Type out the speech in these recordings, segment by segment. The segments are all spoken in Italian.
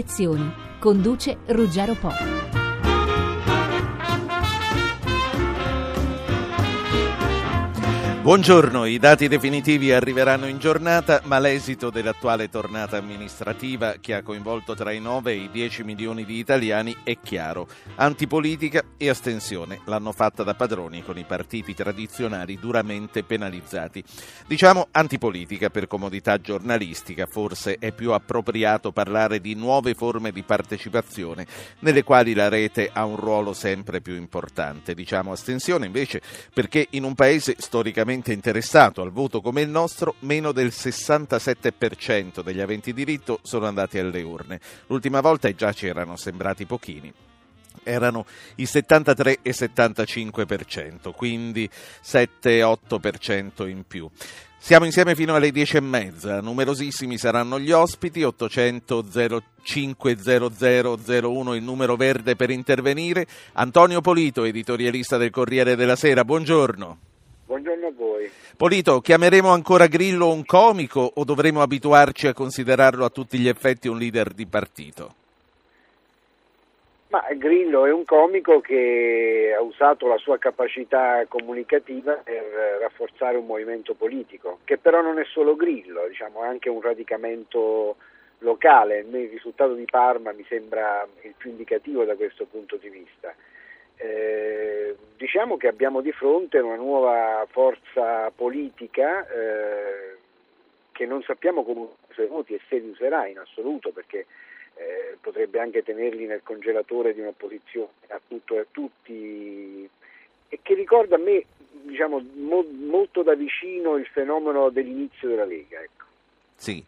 elezioni. Conduce Ruggero Po. Buongiorno, i dati definitivi arriveranno in giornata, ma l'esito dell'attuale tornata amministrativa, che ha coinvolto tra i 9 e i 10 milioni di italiani, è chiaro. Antipolitica e astensione l'hanno fatta da padroni, con i partiti tradizionali duramente penalizzati. Diciamo antipolitica per comodità giornalistica, forse è più appropriato parlare di nuove forme di partecipazione, nelle quali la rete ha un ruolo sempre più importante. Diciamo astensione invece perché in un paese storicamente interessato al voto come il nostro, meno del 67% degli aventi diritto sono andati alle urne. L'ultima volta già ci erano sembrati pochini. Erano il 73 e 75%, quindi 7-8% in più. Siamo insieme fino alle 10:30, numerosissimi saranno gli ospiti, 800 05 0001 il numero verde per intervenire. Antonio Polito, editorialista del Corriere della Sera, buongiorno. Buongiorno a voi. Polito, chiameremo ancora Grillo un comico o dovremo abituarci a considerarlo a tutti gli effetti un leader di partito? Ma Grillo è un comico che ha usato la sua capacità comunicativa per rafforzare un movimento politico, che però non è solo Grillo, diciamo, è anche un radicamento locale. Il risultato di Parma mi sembra il più indicativo da questo punto di vista. Diciamo che abbiamo di fronte una nuova forza politica che non sappiamo come usare i voti e se li userà in assoluto, perché potrebbe anche tenerli nel congelatore di un'opposizione a tutto e a tutti, e che ricorda a me, diciamo, molto da vicino il fenomeno dell'inizio della Lega, ecco. Sì,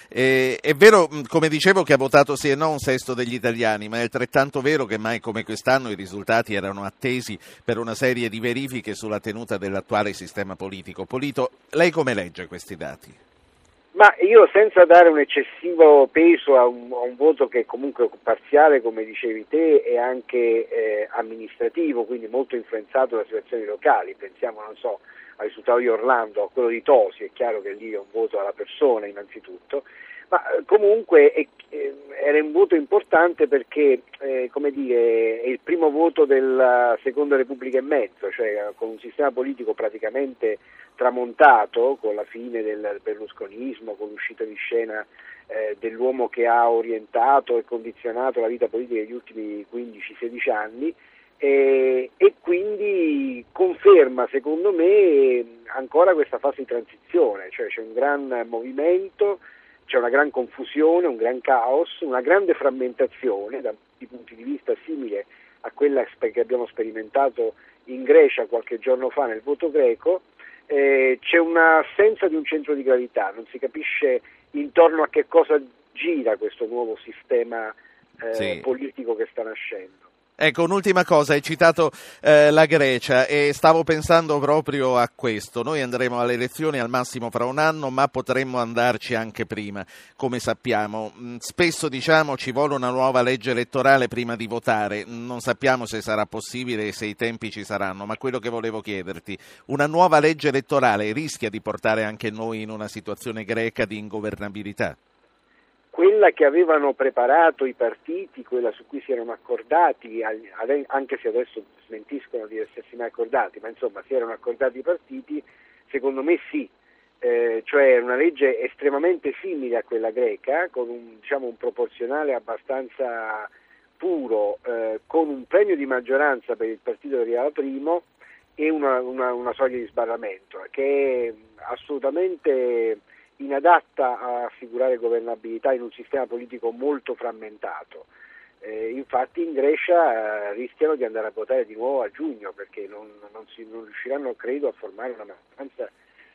è vero, come dicevo, che ha votato sì e no un sesto degli italiani, ma è altrettanto vero che mai come quest'anno i risultati erano attesi per una serie di verifiche sulla tenuta dell'attuale sistema politico. Polito, lei come legge questi dati? Ma io, senza dare un eccessivo peso a un voto che comunque è parziale, come dicevi te, e anche amministrativo, quindi molto influenzato da situazioni locali, pensiamo, non so, al risultato di Orlando, a quello di Tosi, è chiaro che lì è un voto alla persona innanzitutto, ma comunque era un voto importante perché, come dire, è il primo voto della seconda Repubblica e mezzo, cioè con un sistema politico praticamente tramontato, con la fine del berlusconismo, con l'uscita di scena dell'uomo che ha orientato e condizionato la vita politica degli ultimi 15-16 anni, e quindi conferma, secondo me, ancora questa fase di transizione, cioè c'è un gran movimento, c'è una gran confusione, un gran caos, una grande frammentazione da punti di vista simile a quella che abbiamo sperimentato in Grecia qualche giorno fa nel voto greco. C'è un'assenza di un centro di gravità, non si capisce intorno a che cosa gira questo nuovo sistema politico che sta nascendo. Ecco, un'ultima cosa, hai citato la Grecia e stavo pensando proprio a questo. Noi andremo alle elezioni al massimo fra un anno, ma potremmo andarci anche prima, come sappiamo. Spesso diciamo ci vuole una nuova legge elettorale prima di votare, non sappiamo se sarà possibile e se i tempi ci saranno, ma quello che volevo chiederti, una nuova legge elettorale rischia di portare anche noi in una situazione greca di ingovernabilità? Quella che avevano preparato i partiti, quella su cui si erano accordati, anche se adesso smentiscono di essersi mai accordati, ma insomma si erano accordati i partiti, secondo me sì, cioè una legge estremamente simile a quella greca, con un proporzionale abbastanza puro, con un premio di maggioranza per il partito che arrivava primo e una soglia di sbarramento, che è assolutamente inadatta a assicurare governabilità in un sistema politico molto frammentato. Infatti in Grecia rischiano di andare a votare di nuovo a giugno, perché non riusciranno, credo, a formare una maggioranza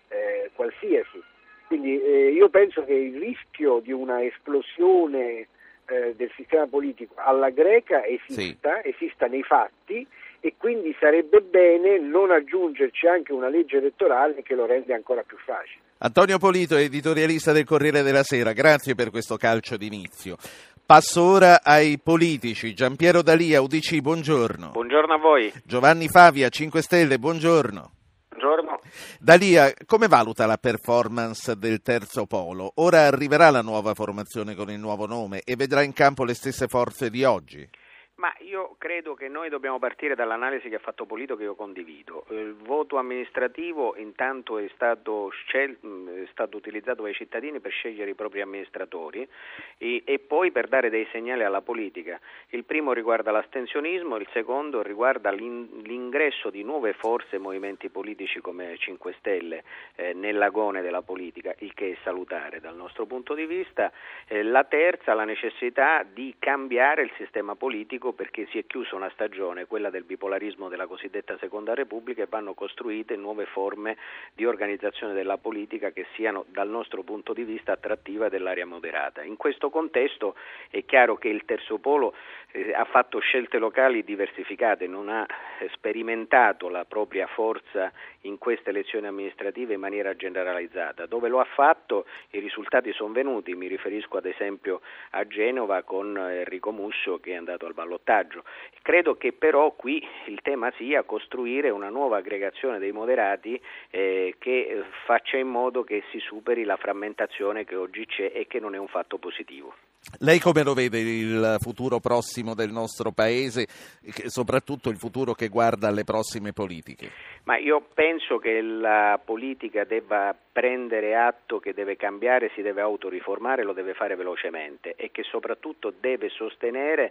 qualsiasi. Quindi io penso che il rischio di una esplosione del sistema politico alla greca esista nei fatti, e quindi sarebbe bene non aggiungerci anche una legge elettorale che lo rende ancora più facile. Antonio Polito, editorialista del Corriere della Sera, grazie per questo calcio d'inizio. Passo ora ai politici. Giampiero D'Alia, UDC, buongiorno. Buongiorno a voi. Giovanni Favia, 5 Stelle, buongiorno. Buongiorno. Dalia, come valuta la performance del terzo polo? Ora arriverà la nuova formazione con il nuovo nome e vedrà in campo le stesse forze di oggi? Ma io credo che noi dobbiamo partire dall'analisi che ha fatto Polito, che io condivido. Il voto amministrativo intanto è stato utilizzato dai cittadini per scegliere i propri amministratori e poi per dare dei segnali alla politica. Il primo riguarda l'astensionismo, il secondo riguarda l'ingresso di nuove forze e movimenti politici come 5 Stelle nell'agone della politica, il che è salutare dal nostro punto di vista. La terza, la necessità di cambiare il sistema politico, perché si è chiusa una stagione, quella del bipolarismo della cosiddetta Seconda Repubblica, e vanno costruite nuove forme di organizzazione della politica che siano dal nostro punto di vista attrattive dell'area moderata. In questo contesto è chiaro che il terzo polo ha fatto scelte locali diversificate, non ha sperimentato la propria forza in queste elezioni amministrative in maniera generalizzata. Dove lo ha fatto i risultati sono venuti, mi riferisco ad esempio a Genova con Enrico Musso che è andato al ballottaggio. Credo che però qui il tema sia costruire una nuova aggregazione dei moderati che faccia in modo che si superi la frammentazione che oggi c'è e che non è un fatto positivo. Lei come lo vede il futuro prossimo del nostro Paese, soprattutto il futuro che guarda alle prossime politiche? Ma io penso che la politica debba prendere atto che deve cambiare, si deve autoriformare, lo deve fare velocemente e che soprattutto deve sostenere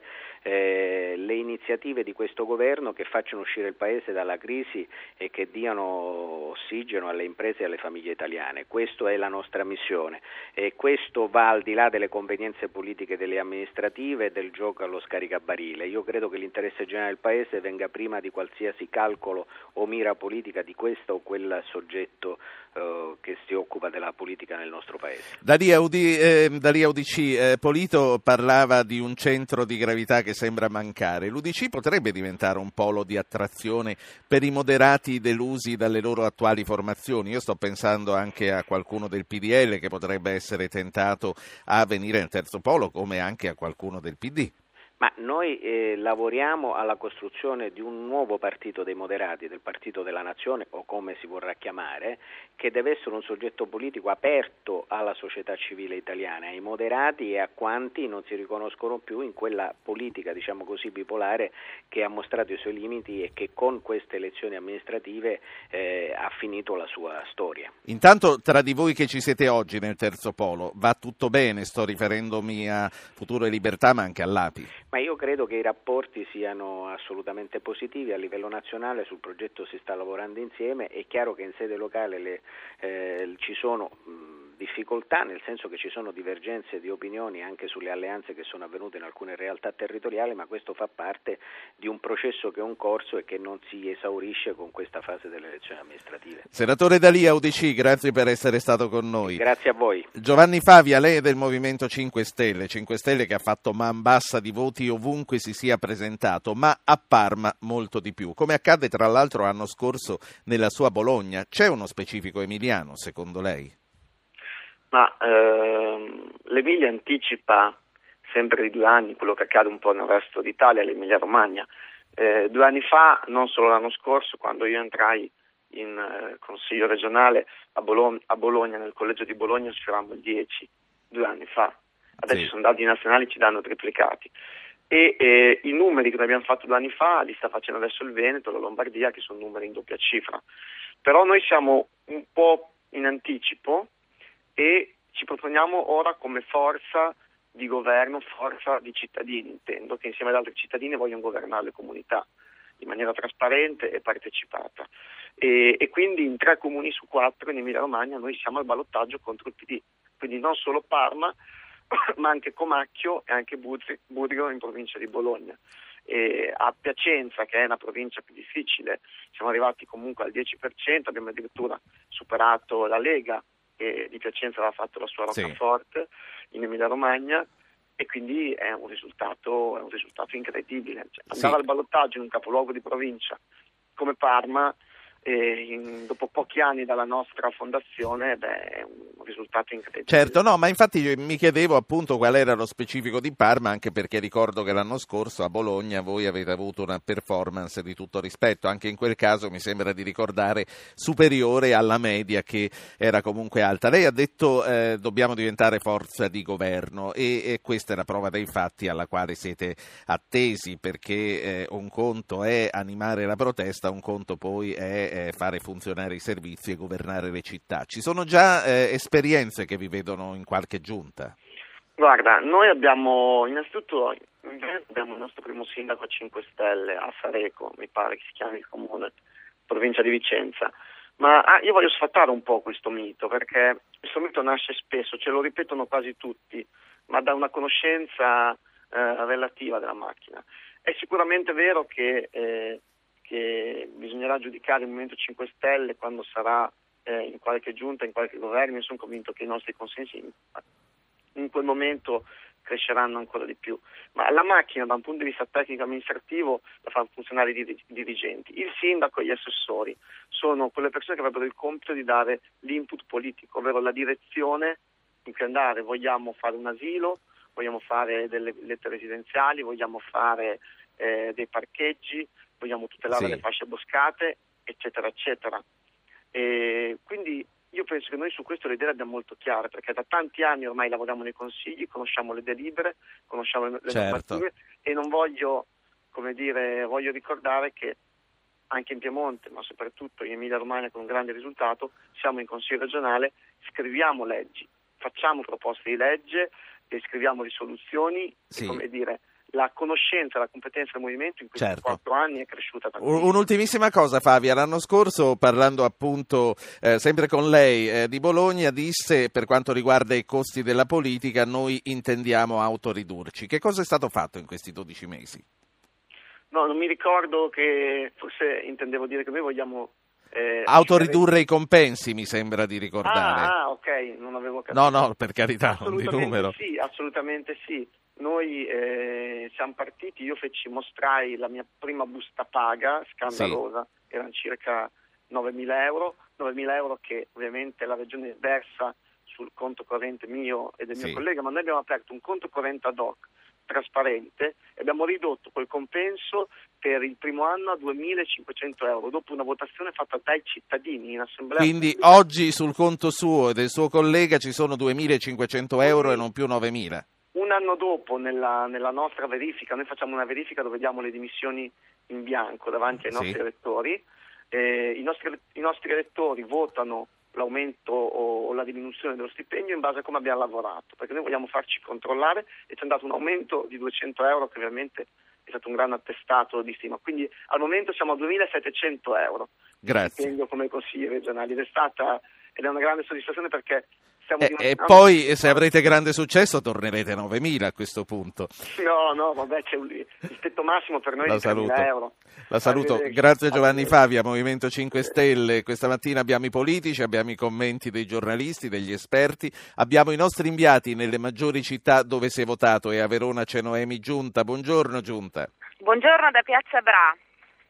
le iniziative di questo governo che facciano uscire il Paese dalla crisi e che diano ossigeno alle imprese e alle famiglie italiane. Questa è la nostra missione e questo va al di là delle convenienze politiche, delle amministrative e del gioco allo scaricabarile. Io credo che l'interesse generale del Paese venga prima di qualsiasi calcolo o mira politica di questo o quel soggetto che si occupa della politica nel nostro Paese. Dalia UDC, Polito parlava di un centro di gravità che sembra mancare. L'UDC potrebbe diventare un polo di attrazione per i moderati delusi dalle loro attuali formazioni? Io sto pensando anche a qualcuno del PDL che potrebbe essere tentato a venire nel terzo polo, come anche a qualcuno del PD. Ma noi lavoriamo alla costruzione di un nuovo partito dei moderati, del partito della nazione o come si vorrà chiamare, che deve essere un soggetto politico aperto alla società civile italiana, ai moderati e a quanti non si riconoscono più in quella politica, diciamo così, bipolare che ha mostrato i suoi limiti e che con queste elezioni amministrative ha finito la sua storia. Intanto tra di voi che ci siete oggi nel terzo polo, va tutto bene? Sto riferendomi a Futuro e Libertà ma anche all'API. Ma io credo che i rapporti siano assolutamente positivi, a livello nazionale sul progetto si sta lavorando insieme, è chiaro che in sede locale ci sono difficoltà, nel senso che ci sono divergenze di opinioni anche sulle alleanze che sono avvenute in alcune realtà territoriali, ma questo fa parte di un processo che è un corso e che non si esaurisce con questa fase delle elezioni amministrative. Senatore Dalia, UDC, grazie per essere stato con noi. Grazie a voi. Giovanni Favia, lei è del Movimento 5 Stelle che ha fatto man bassa di voti ovunque si sia presentato, ma a Parma molto di più, come accadde tra l'altro l'anno scorso nella sua Bologna. C'è uno specifico emiliano, secondo lei? Ma l'Emilia anticipa sempre di 2 anni quello che accade un po' nel resto d'Italia, l'Emilia Romagna. 2 anni fa, non solo l'anno scorso, quando io entrai in consiglio regionale a Bologna, nel collegio di Bologna sfiorammo il 10, 2 anni fa. Adesso i sondaggi nazionali ci danno triplicati. E i numeri che noi abbiamo fatto 2 anni fa li sta facendo adesso il Veneto, la Lombardia, che sono numeri in doppia cifra. Però noi siamo un po' in anticipo e ci proponiamo ora come forza di governo, forza di cittadini, intendo, che insieme ad altri cittadini vogliono governare le comunità in maniera trasparente e partecipata. E quindi in 3 comuni su 4 in Emilia Romagna noi siamo al ballottaggio contro il PD, quindi non solo Parma, ma anche Comacchio e anche Budrio in provincia di Bologna. E a Piacenza, che è una provincia più difficile, siamo arrivati comunque al 10%, abbiamo addirittura superato la Lega, che di Piacenza aveva fatto la sua roccaforte in Emilia Romagna, e quindi è un risultato incredibile. Andare al ballottaggio in un capoluogo di provincia come Parma dopo pochi anni dalla nostra fondazione è un risultato incredibile. Certo, no, ma infatti io mi chiedevo appunto qual era lo specifico di Parma, anche perché ricordo che l'anno scorso a Bologna voi avete avuto una performance di tutto rispetto, anche in quel caso mi sembra di ricordare superiore alla media, che era comunque alta. Lei ha detto dobbiamo diventare forza di governo e questa è la prova dei fatti alla quale siete attesi, perché un conto è animare la protesta, un conto poi è fare funzionare i servizi e governare le città. Ci sono già esperienze che vi vedono in qualche giunta? Guarda, noi abbiamo innanzitutto abbiamo il nostro primo sindaco a 5 Stelle a Sareco, mi pare che si chiami il comune, provincia di Vicenza. Ma io voglio sfatare un po' questo mito, perché questo mito nasce spesso, ce lo ripetono quasi tutti, ma da una conoscenza relativa della macchina. È sicuramente vero che bisognerà giudicare il Movimento 5 Stelle quando sarà in qualche giunta, in qualche governo. Io sono convinto che i nostri consensi in quel momento cresceranno ancora di più, ma la macchina da un punto di vista tecnico amministrativo la fanno funzionare i dirigenti. Il sindaco e gli assessori sono quelle persone che avrebbero il compito di dare l'input politico, ovvero la direzione in cui andare. Vogliamo fare un asilo, vogliamo fare delle villette residenziali, vogliamo fare dei parcheggi, vogliamo tutelare le fasce boscate, eccetera, eccetera. E quindi io penso che noi su questo le idee le abbiamo molto chiare, perché da tanti anni ormai lavoriamo nei consigli, conosciamo le delibere, conosciamo le normative, e non voglio ricordare che anche in Piemonte, ma soprattutto in Emilia-Romagna con un grande risultato, siamo in consiglio regionale, scriviamo leggi, facciamo proposte di legge, scriviamo risoluzioni, e, la conoscenza, la competenza del movimento in questi 4 anni è cresciuta tantissimo. Un'ultimissima cosa, Fabia, l'anno scorso parlando appunto sempre con lei di Bologna disse, per quanto riguarda i costi della politica, noi intendiamo autoridurci. Che cosa è stato fatto in questi 12 mesi? No, non mi ricordo, che forse intendevo dire che noi vogliamo autoridurre i compensi, mi sembra di ricordare. Ok, non avevo capito. No, per carità, non di numero. Sì, assolutamente sì. Noi siamo partiti, io mostrai la mia prima busta paga scandalosa, erano circa 9.000 euro che ovviamente la regione versa sul conto corrente mio e del mio collega, ma noi abbiamo aperto un conto corrente ad hoc trasparente e abbiamo ridotto quel compenso per il primo anno a 2.500 euro dopo una votazione fatta dai cittadini in assemblea. Quindi oggi sul conto suo e del suo collega ci sono 2.500 euro e non più 9.000. Un anno dopo, nella nostra verifica, noi facciamo una verifica dove diamo le dimissioni in bianco davanti ai nostri elettori. I nostri elettori votano l'aumento o la diminuzione dello stipendio in base a come abbiamo lavorato, perché noi vogliamo farci controllare, e c'è andato un aumento di 200 euro che ovviamente è stato un gran attestato di stima. Quindi al momento siamo a 2.700 euro. Grazie. Stipendio come consigli regionali ed è una grande soddisfazione, perché e poi se avrete grande successo tornerete a 9.000 a questo punto. No, vabbè, c'è il tetto massimo per noi di 3.000 euro. La saluto. Grazie Giovanni Favia, Movimento 5 Stelle. Questa mattina abbiamo i politici, abbiamo i commenti dei giornalisti, degli esperti, abbiamo i nostri inviati nelle maggiori città dove si è votato, e a Verona c'è Noemi Giunta. Buongiorno Giunta. Buongiorno da Piazza Bra.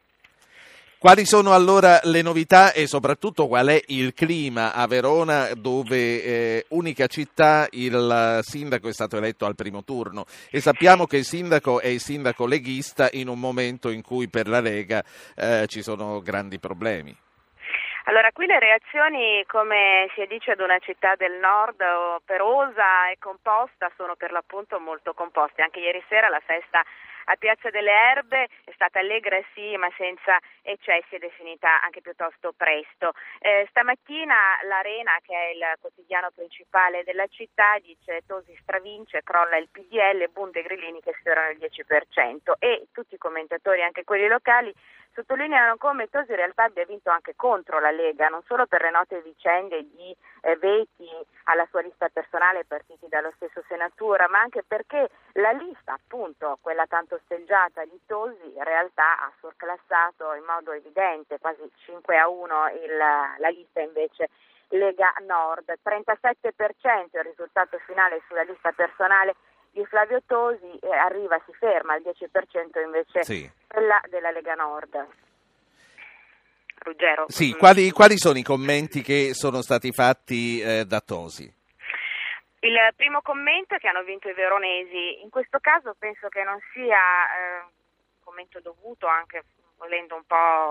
Quali sono allora le novità e soprattutto qual è il clima a Verona, dove unica città il sindaco è stato eletto al primo turno, e sappiamo che il sindaco è il sindaco leghista in un momento in cui per la Lega ci sono grandi problemi? Allora, qui le reazioni, come si dice ad una città del nord operosa e composta, sono per l'appunto molto composte. Anche ieri sera la festa a Piazza delle Erbe è stata allegra sì, ma senza eccessi, ed è finita anche piuttosto presto. Stamattina l'Arena, che è il quotidiano principale della città, dice Tosi stravince, crolla il PDL, Bund e Grillini che sfiorano il 10%, e tutti i commentatori, anche quelli locali, sottolineano come Tosi in realtà abbia vinto anche contro la Lega, non solo per le note vicende di veti alla sua lista personale partiti dallo stesso Senatura, ma anche perché la lista, appunto, quella tanto osteggiata di Tosi, in realtà ha surclassato in modo evidente, quasi 5-1, la lista invece Lega Nord. 37% il risultato finale sulla lista personale di Flavio Tosi, si ferma al 10% invece quella della Lega Nord. Ruggero. Sì, quali sono i commenti che sono stati fatti da Tosi? Il primo commento è che hanno vinto i veronesi. In questo caso penso che non sia un commento dovuto, anche volendo un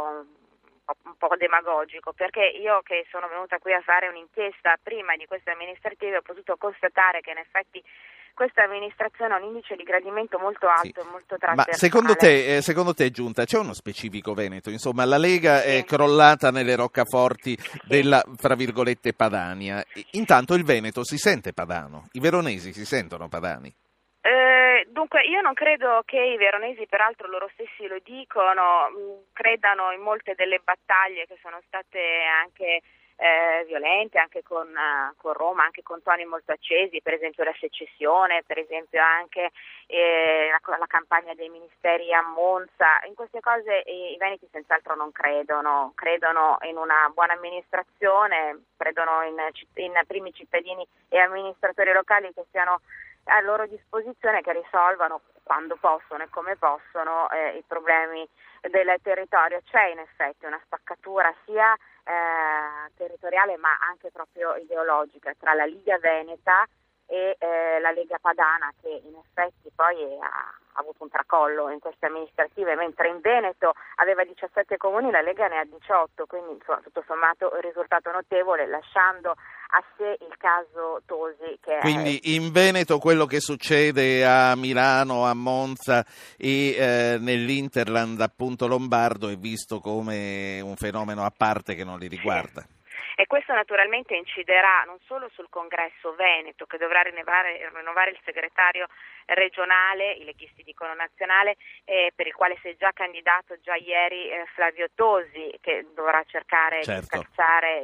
po' demagogico, perché io che sono venuta qui a fare un'inchiesta prima di queste amministrative ho potuto constatare che in effetti questa amministrazione ha un indice di gradimento molto alto e molto trasversale. Ma secondo te, Giunta, c'è uno specifico Veneto? Insomma, la Lega è crollata nelle roccaforti della, fra virgolette, Padania. Intanto il Veneto si sente padano, i veronesi si sentono padani. Dunque io non credo che i veronesi, peraltro loro stessi lo dicono, credano in molte delle battaglie che sono state anche violente, anche con Roma, anche con toni molto accesi, per esempio la secessione, per esempio anche la campagna dei ministeri a Monza. In queste cose i veneti senz'altro non credono in una buona amministrazione, credono in primi cittadini e amministratori locali che siano a loro disposizione, che risolvano quando possono e come possono i problemi del territorio. C'è in effetti una spaccatura sia territoriale ma anche proprio ideologica tra la Liga Veneta e la Lega Padana, che in effetti poi ha avuto un tracollo in queste amministrative, mentre in Veneto aveva 17 comuni, la Lega ne ha 18, quindi insomma, tutto sommato un risultato notevole, lasciando a sé il caso Tosi. Quindi in Veneto quello che succede a Milano, a Monza e nell'Interland appunto lombardo è visto come un fenomeno a parte che non li riguarda. Sì. E questo naturalmente inciderà non solo sul congresso veneto, che dovrà rinnovare il segretario regionale, i leghisti dicono nazionale, per il quale si è già candidato già ieri Flavio Tosi, che dovrà cercare di scalzare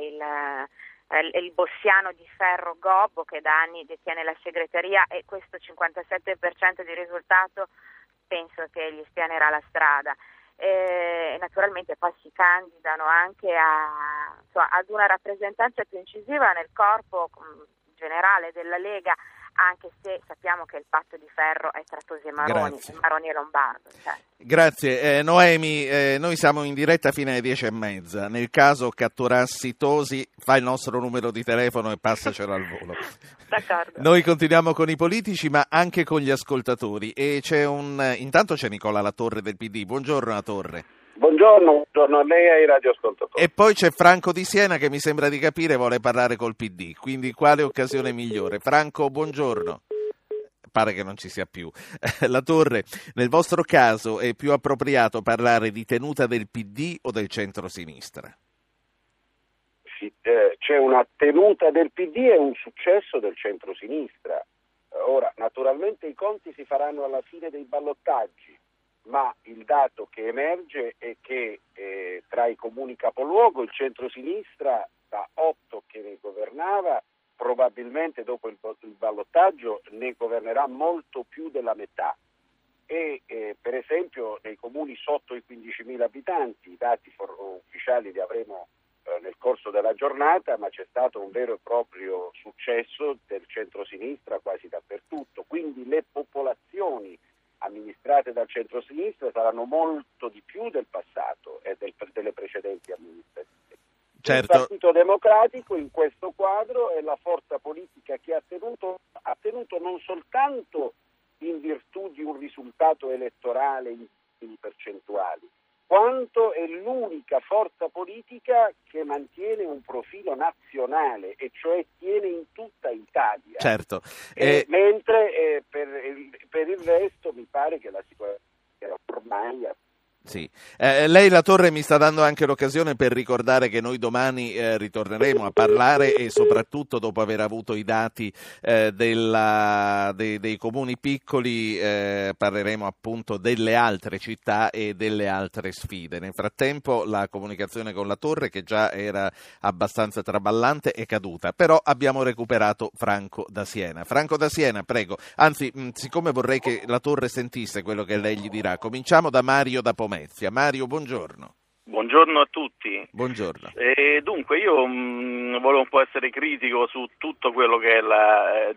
il bossiano di ferro Gobbo, che da anni detiene la segreteria, e questo 57% di risultato penso che gli spianerà la strada. Naturalmente poi si candidano anche ad una rappresentanza più incisiva nel corpo generale della Lega, anche se sappiamo che il patto di ferro è tra Tosi e Maroni, Maroni e Lombardo. Grazie. Noemi, noi siamo in diretta fino alle 10:30. Nel caso catturassi Tosi, fai il nostro numero di telefono e passacelo al volo. D'accordo. Noi continuiamo con i politici, ma anche con gli ascoltatori. E intanto c'è Nicola Latorre del PD. Buongiorno Latorre. Buongiorno a lei e ai radioascoltatori. E poi c'è Franco di Siena che mi sembra di capire vuole parlare col PD, quindi quale occasione migliore? Franco, buongiorno. Pare che non ci sia più. Latorre, nel vostro caso è più appropriato parlare di tenuta del PD o del centro-sinistra? Sì, c'è una tenuta del PD e un successo del centro-sinistra. Ora, naturalmente i conti si faranno alla fine dei ballottaggi, ma il dato che emerge è che tra i comuni capoluogo il centro-sinistra, da 8 che ne governava, probabilmente dopo il ballottaggio ne governerà molto più della metà. E per esempio nei comuni sotto i 15.000 abitanti, i dati ufficiali li avremo nel corso della giornata, ma c'è stato un vero e proprio successo del centro-sinistra quasi dappertutto, quindi le popolazioni amministrate dal centro-sinistra saranno molto di più del passato e delle precedenti amministrative. Certo. Il Partito Democratico in questo quadro è la forza politica che ha tenuto non soltanto in virtù di un risultato elettorale in percentuali, quanto è l'unica forza politica che mantiene un profilo nazionale, e cioè tiene in tutta Italia. Certo. Mentre per il resto mi pare che la situazione ormai Sì. Lei Latorre mi sta dando anche l'occasione per ricordare che noi domani ritorneremo a parlare, e soprattutto dopo aver avuto i dati dei comuni piccoli parleremo appunto delle altre città e delle altre sfide. Nel frattempo la comunicazione con Latorre, che già era abbastanza traballante, è caduta, però abbiamo recuperato Franco da Siena. Franco da Siena, prego. Anzi, siccome vorrei che Latorre sentisse quello che lei gli dirà, cominciamo da Mario da Pomezia. Mario, buongiorno. Buongiorno a tutti. Buongiorno. Dunque io volevo un po' essere critico su tutto quello che è la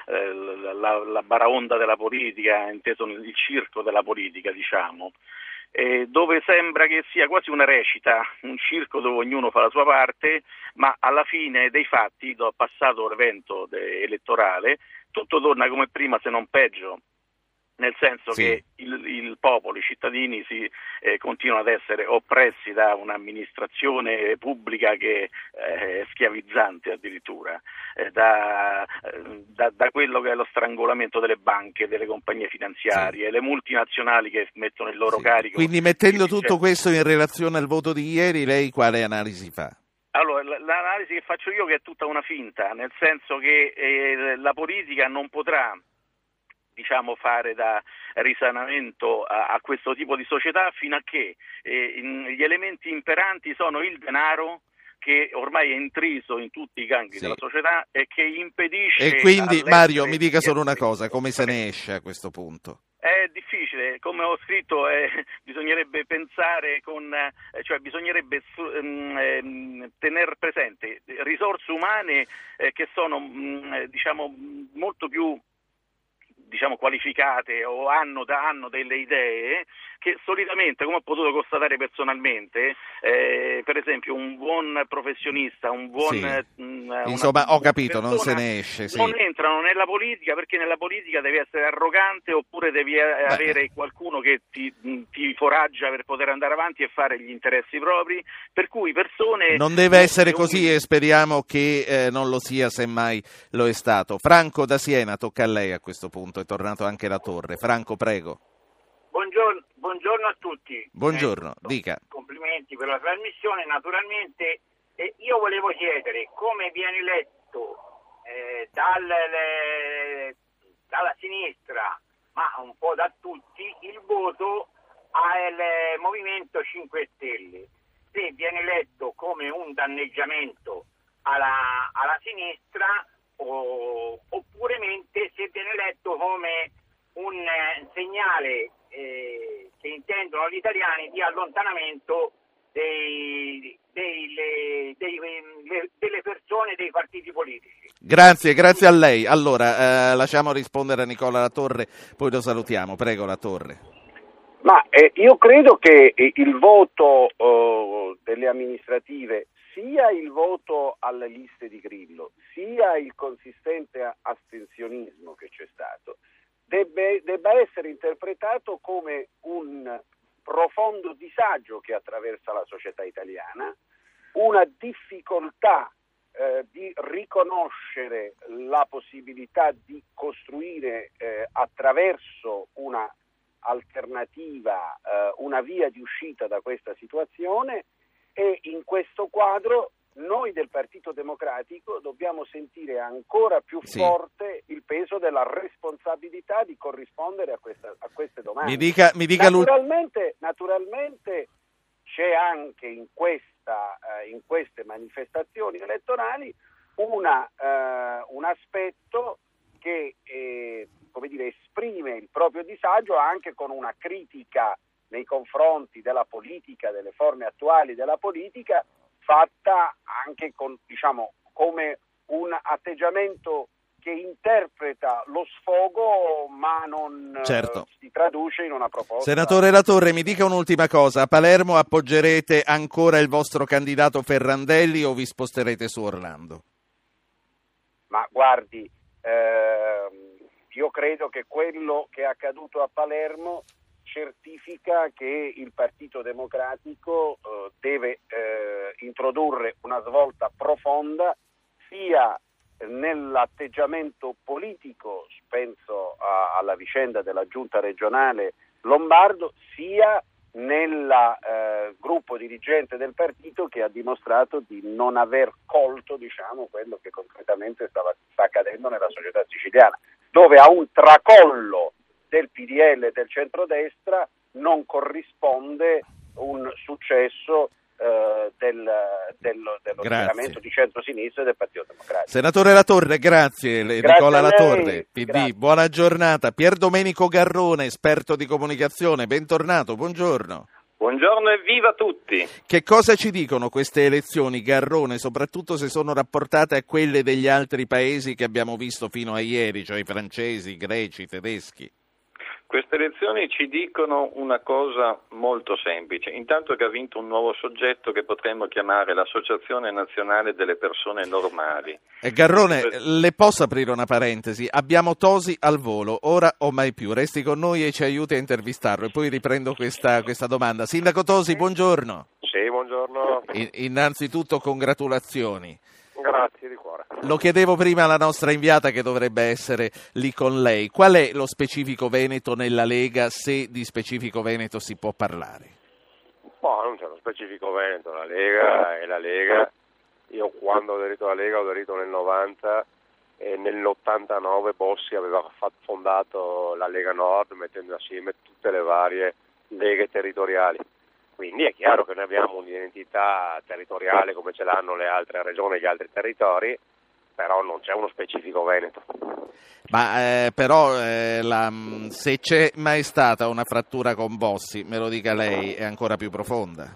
baraonda della politica, inteso il circo della politica, diciamo. dove sembra che sia quasi una recita, un circo dove ognuno fa la sua parte, ma alla fine dei fatti, dopo passato l'evento elettorale, tutto torna come prima, se non peggio. Nel senso che il popolo, i cittadini continuano ad essere oppressi da un'amministrazione pubblica che è schiavizzante addirittura, da quello che è lo strangolamento delle banche, delle compagnie finanziarie, le multinazionali che mettono il loro carico. Quindi mettendo tutto questo in relazione al voto di ieri, lei quale analisi fa? Allora, l'analisi che faccio io che è tutta una finta, nel senso che la politica non potrà fare da risanamento a questo tipo di società fino a che gli elementi imperanti sono il denaro, che ormai è intriso in tutti i gangli della società e che impedisce. E quindi Mario, mi dica solo una cosa, come se ne esce a questo punto? È difficile, come ho scritto, bisognerebbe pensare bisognerebbe tener presente risorse umane che sono molto più qualificate o hanno delle idee che solitamente, come ho potuto constatare personalmente, per esempio un buon professionista, un buon ho capito, non se ne esce. Non entrano nella politica perché nella politica devi essere arrogante oppure devi avere qualcuno che ti foraggia per poter andare avanti e fare gli interessi propri, per cui persone... Non deve essere così e speriamo che non lo sia, semmai lo è stato. Franco da Siena, tocca a lei a questo punto, è tornato anche la Torre. Franco, prego. Buongiorno a tutti. Buongiorno, dica. Complimenti per la trasmissione, naturalmente. Io volevo chiedere come viene letto dalla sinistra, ma un po' da tutti, il voto al Movimento 5 Stelle. Se viene letto come un danneggiamento alla sinistra oppure se viene letto come un segnale che intendono gli italiani di allontanamento delle persone, dei partiti politici. Grazie a lei. Allora, lasciamo rispondere a Nicola Latorre, poi lo salutiamo. Prego, Latorre. Ma io credo che il voto delle amministrative, sia il voto alle liste di Grillo, sia il consistente astensionismo che c'è stato, debba essere interpretato come un profondo disagio che attraversa la società italiana, una difficoltà di riconoscere la possibilità di costruire attraverso una alternativa, una via di uscita da questa situazione, e in questo quadro noi del Partito Democratico dobbiamo sentire ancora più forte il peso della responsabilità di corrispondere a queste domande. Mi dica naturalmente c'è anche in queste manifestazioni elettorali un aspetto che esprime il proprio disagio anche con una critica nei confronti della politica, delle forme attuali della politica, fatta anche come un atteggiamento che interpreta lo sfogo ma non si traduce in una proposta. Senatore Latorre, mi dica un'ultima cosa: a Palermo appoggerete ancora il vostro candidato Ferrandelli o vi sposterete su Orlando? Ma guardi, io credo che quello che è accaduto a Palermo certifica che il Partito Democratico deve introdurre una svolta profonda sia nell'atteggiamento politico, penso alla vicenda della giunta regionale lombardo, sia nel gruppo dirigente del partito che ha dimostrato di non aver colto quello che concretamente sta accadendo nella società siciliana, dove a un tracollo del PDL e del centrodestra non corrisponde un successo dello schieramento di centrosinistra e del Partito Democratico. Senatore Latorre, grazie Nicola Latorre, PD, grazie. Buona giornata. Pier Domenico Garrone, esperto di comunicazione, bentornato, buongiorno. Buongiorno e viva tutti. Che cosa ci dicono queste elezioni, Garrone, soprattutto se sono rapportate a quelle degli altri paesi che abbiamo visto fino a ieri, cioè i francesi, i greci, i tedeschi? Queste elezioni ci dicono una cosa molto semplice, intanto che ha vinto un nuovo soggetto che potremmo chiamare l'Associazione Nazionale delle Persone Normali. Garrone, le posso aprire una parentesi? Abbiamo Tosi al volo, ora o mai più. Resti con noi e ci aiuti a intervistarlo e poi riprendo questa domanda. Sindaco Tosi, buongiorno. Sì, buongiorno. Innanzitutto congratulazioni. Grazie di cuore. Lo chiedevo prima alla nostra inviata che dovrebbe essere lì con lei. Qual è lo specifico veneto nella Lega, se di specifico veneto si può parlare? Non c'è lo specifico veneto, la Lega è la Lega. Io quando ho aderito alla Lega ho aderito nel 90 e nell'89 Bossi aveva fondato la Lega Nord mettendo assieme tutte le varie leghe territoriali. Quindi è chiaro che noi abbiamo un'identità territoriale come ce l'hanno le altre regioni e gli altri territori, però non c'è uno specifico veneto. Ma se c'è mai stata una frattura con Bossi, me lo dica lei, è ancora più profonda?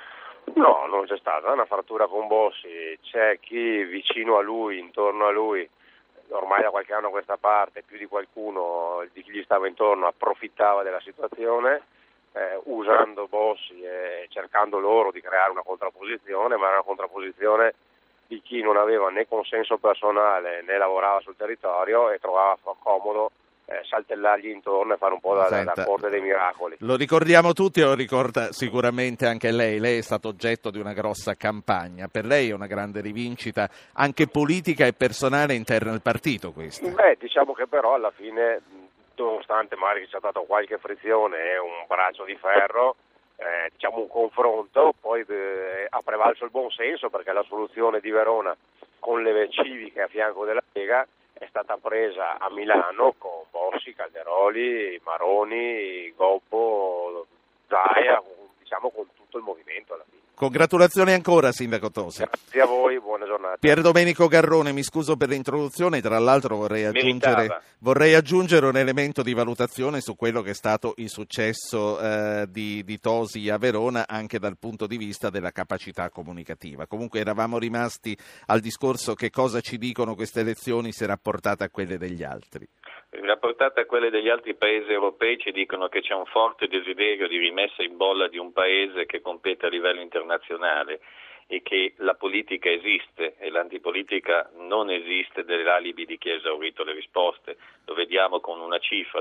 No, non c'è stata una frattura con Bossi, c'è chi vicino a lui, intorno a lui, ormai da qualche anno a questa parte, più di qualcuno di chi gli stava intorno approfittava della situazione, usando Bossi e cercando loro di creare una contrapposizione, ma era una contrapposizione di chi non aveva né consenso personale né lavorava sul territorio e trovava comodo saltellargli intorno e fare un po' da corte dei miracoli. Lo ricordiamo tutti e lo ricorda sicuramente anche lei. Lei è stato oggetto di una grossa campagna. Per lei è una grande rivincita anche politica e personale interna al partito questa. Diciamo che però alla fine, nonostante magari ci sia stato qualche frizione e un braccio di ferro, diciamo un confronto, poi ha prevalso il buon senso perché la soluzione di Verona con le civiche a fianco della Lega è stata presa a Milano con Bossi, Calderoli, Maroni, Gobbo, Zaia, diciamo con tutto il movimento alla fine. Congratulazioni ancora, Sindaco Tosi. Grazie a voi, buona giornata. Pier Domenico Garrone, mi scuso per l'introduzione, tra l'altro vorrei aggiungere un elemento di valutazione su quello che è stato il successo di Tosi a Verona anche dal punto di vista della capacità comunicativa. Comunque eravamo rimasti al discorso che cosa ci dicono queste elezioni se rapportate a quelle degli altri. Rapportate a quelle degli altri paesi europei ci dicono che c'è un forte desiderio di rimessa in bolla di un paese che compete a livello internazionale e che la politica esiste e l'antipolitica non esiste dell'alibi di chi ha esaurito le risposte. Lo vediamo con una cifra,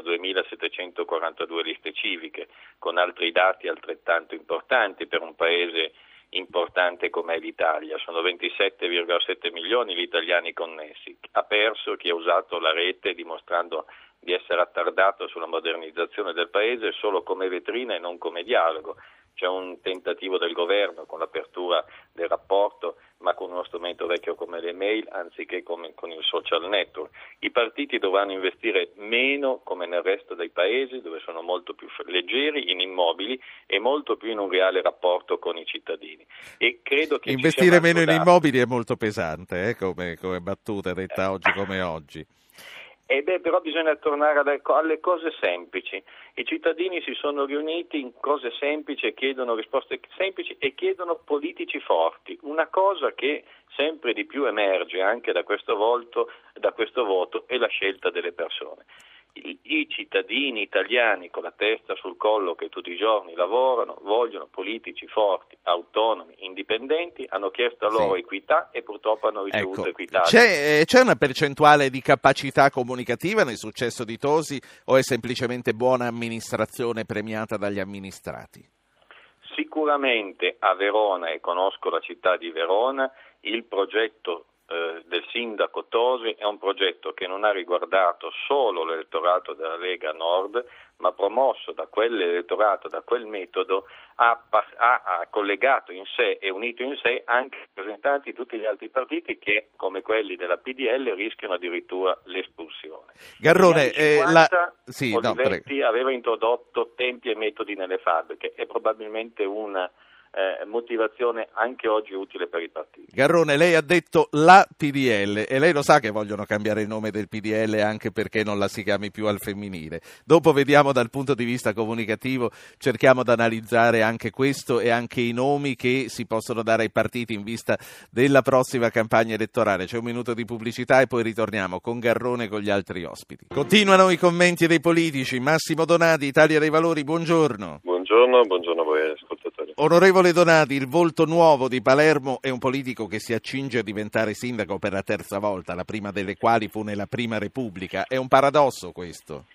2.742 liste civiche, con altri dati altrettanto importanti per un paese importante come l'Italia. Sono 27,7 milioni gli italiani connessi. Ha perso chi ha usato la rete dimostrando di essere attardato sulla modernizzazione del paese solo come vetrina e non come dialogo. C'è un tentativo del governo con l'apertura del rapporto, ma con uno strumento vecchio come le mail anziché con il social network. I partiti dovranno investire meno come nel resto dei paesi, dove sono molto più leggeri in immobili e molto più in un reale rapporto con i cittadini. E credo che investire meno in immobili è molto pesante, come battuta detta oggi come oggi. Però bisogna tornare alle cose semplici. I cittadini si sono riuniti in cose semplici e chiedono risposte semplici e chiedono politici forti. Una cosa che sempre di più emerge anche da questo voto è la scelta delle persone. I cittadini italiani con la testa sul collo che tutti i giorni lavorano vogliono politici forti, autonomi, indipendenti, hanno chiesto a loro equità e purtroppo hanno ricevuto equità. C'è una percentuale di capacità comunicativa nel successo di Tosi o è semplicemente buona amministrazione premiata dagli amministrati? Sicuramente a Verona, e conosco la città di Verona, il progetto del sindaco Tosi è un progetto che non ha riguardato solo l'elettorato della Lega Nord, ma promosso da quell'elettorato, da quel metodo, ha collegato in sé e unito in sé anche i rappresentanti di tutti gli altri partiti che, come quelli della PDL, rischiano addirittura l'espulsione. Garrone, Olivetti aveva introdotto tempi e metodi nelle fabbriche, è probabilmente una motivazione anche oggi utile per i partiti. Garrone, lei ha detto la PDL e lei lo sa che vogliono cambiare il nome del PDL anche perché non la si chiami più al femminile. Dopo vediamo dal punto di vista comunicativo, cerchiamo di analizzare anche questo e anche i nomi che si possono dare ai partiti in vista della prossima campagna elettorale. C'è un minuto di pubblicità e poi ritorniamo con Garrone e con gli altri ospiti. Continuano i commenti dei politici. Massimo Donati, Italia dei Valori, buongiorno. Buongiorno a voi ascoltatori. Onorevole Donati, il volto nuovo di Palermo è un politico che si accinge a diventare sindaco per la terza volta, la prima delle quali fu nella Prima Repubblica. È un paradosso questo?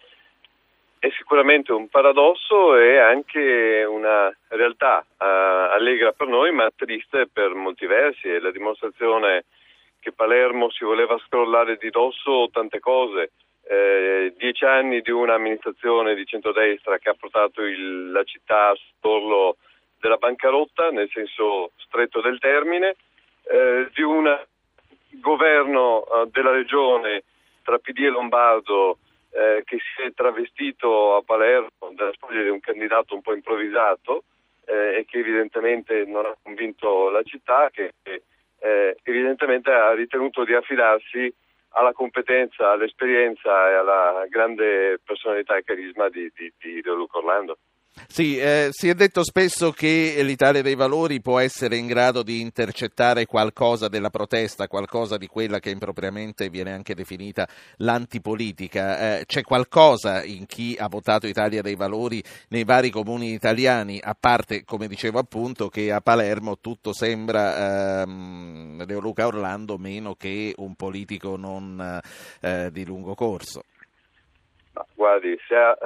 È sicuramente un paradosso e anche una realtà allegra per noi ma triste per molti versi. È la dimostrazione che Palermo si voleva scrollare di dosso tante cose. 10 anni di un'amministrazione di centrodestra che ha portato la città sull'orlo della bancarotta, nel senso stretto del termine, di un governo della regione tra PD e Lombardo che si è travestito a Palermo dalla spoglia di un candidato un po' improvvisato e che evidentemente non ha convinto la città, che evidentemente ha ritenuto di affidarsi alla competenza, all'esperienza e alla grande personalità e carisma di De Luca Orlando. Sì, si è detto spesso che l'Italia dei Valori può essere in grado di intercettare qualcosa della protesta, qualcosa di quella che impropriamente viene anche definita l'antipolitica. C'è qualcosa in chi ha votato Italia dei Valori nei vari comuni italiani, a parte, come dicevo appunto, che a Palermo tutto sembra De Luca Orlando meno che un politico non di lungo corso. Ma guardi,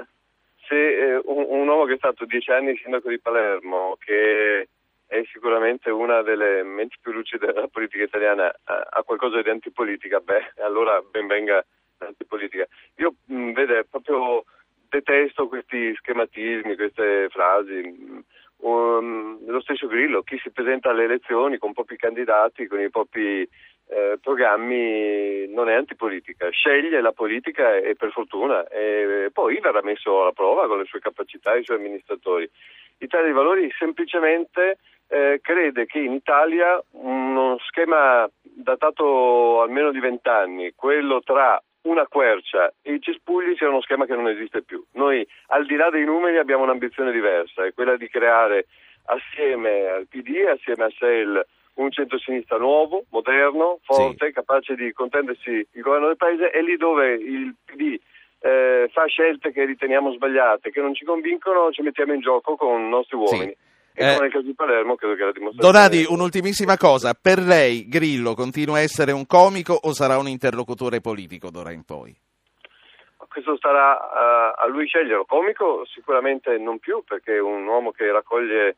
se un uomo che è stato 10 anni sindaco di Palermo, che è sicuramente una delle menti più lucide della politica italiana, ha qualcosa di antipolitica, allora ben venga l'antipolitica. Io proprio detesto questi schematismi, queste frasi. Lo stesso Grillo, chi si presenta alle elezioni con propri candidati, con i propri programmi, non è antipolitica, sceglie la politica e per fortuna e poi verrà messo alla prova con le sue capacità e i suoi amministratori. L'Italia dei Valori semplicemente crede che in Italia uno schema datato almeno di 20 anni, quello tra una quercia e i cespugli, sia uno schema che non esiste più. Noi, al di là dei numeri, abbiamo un'ambizione diversa, è quella di creare assieme al PD, assieme a SEL, un centro-sinistra nuovo, moderno, forte, sì, capace di contendersi il governo del paese. È lì dove il PD fa scelte che riteniamo sbagliate, che non ci convincono, ci mettiamo in gioco con i nostri uomini. Sì. E come nel caso di Palermo credo che la dimostrazione... Donati, un'ultimissima cosa, per lei Grillo continua a essere un comico o sarà un interlocutore politico d'ora in poi? Questo starà a lui scegliere. Comico sicuramente non più, perché è un uomo che raccoglie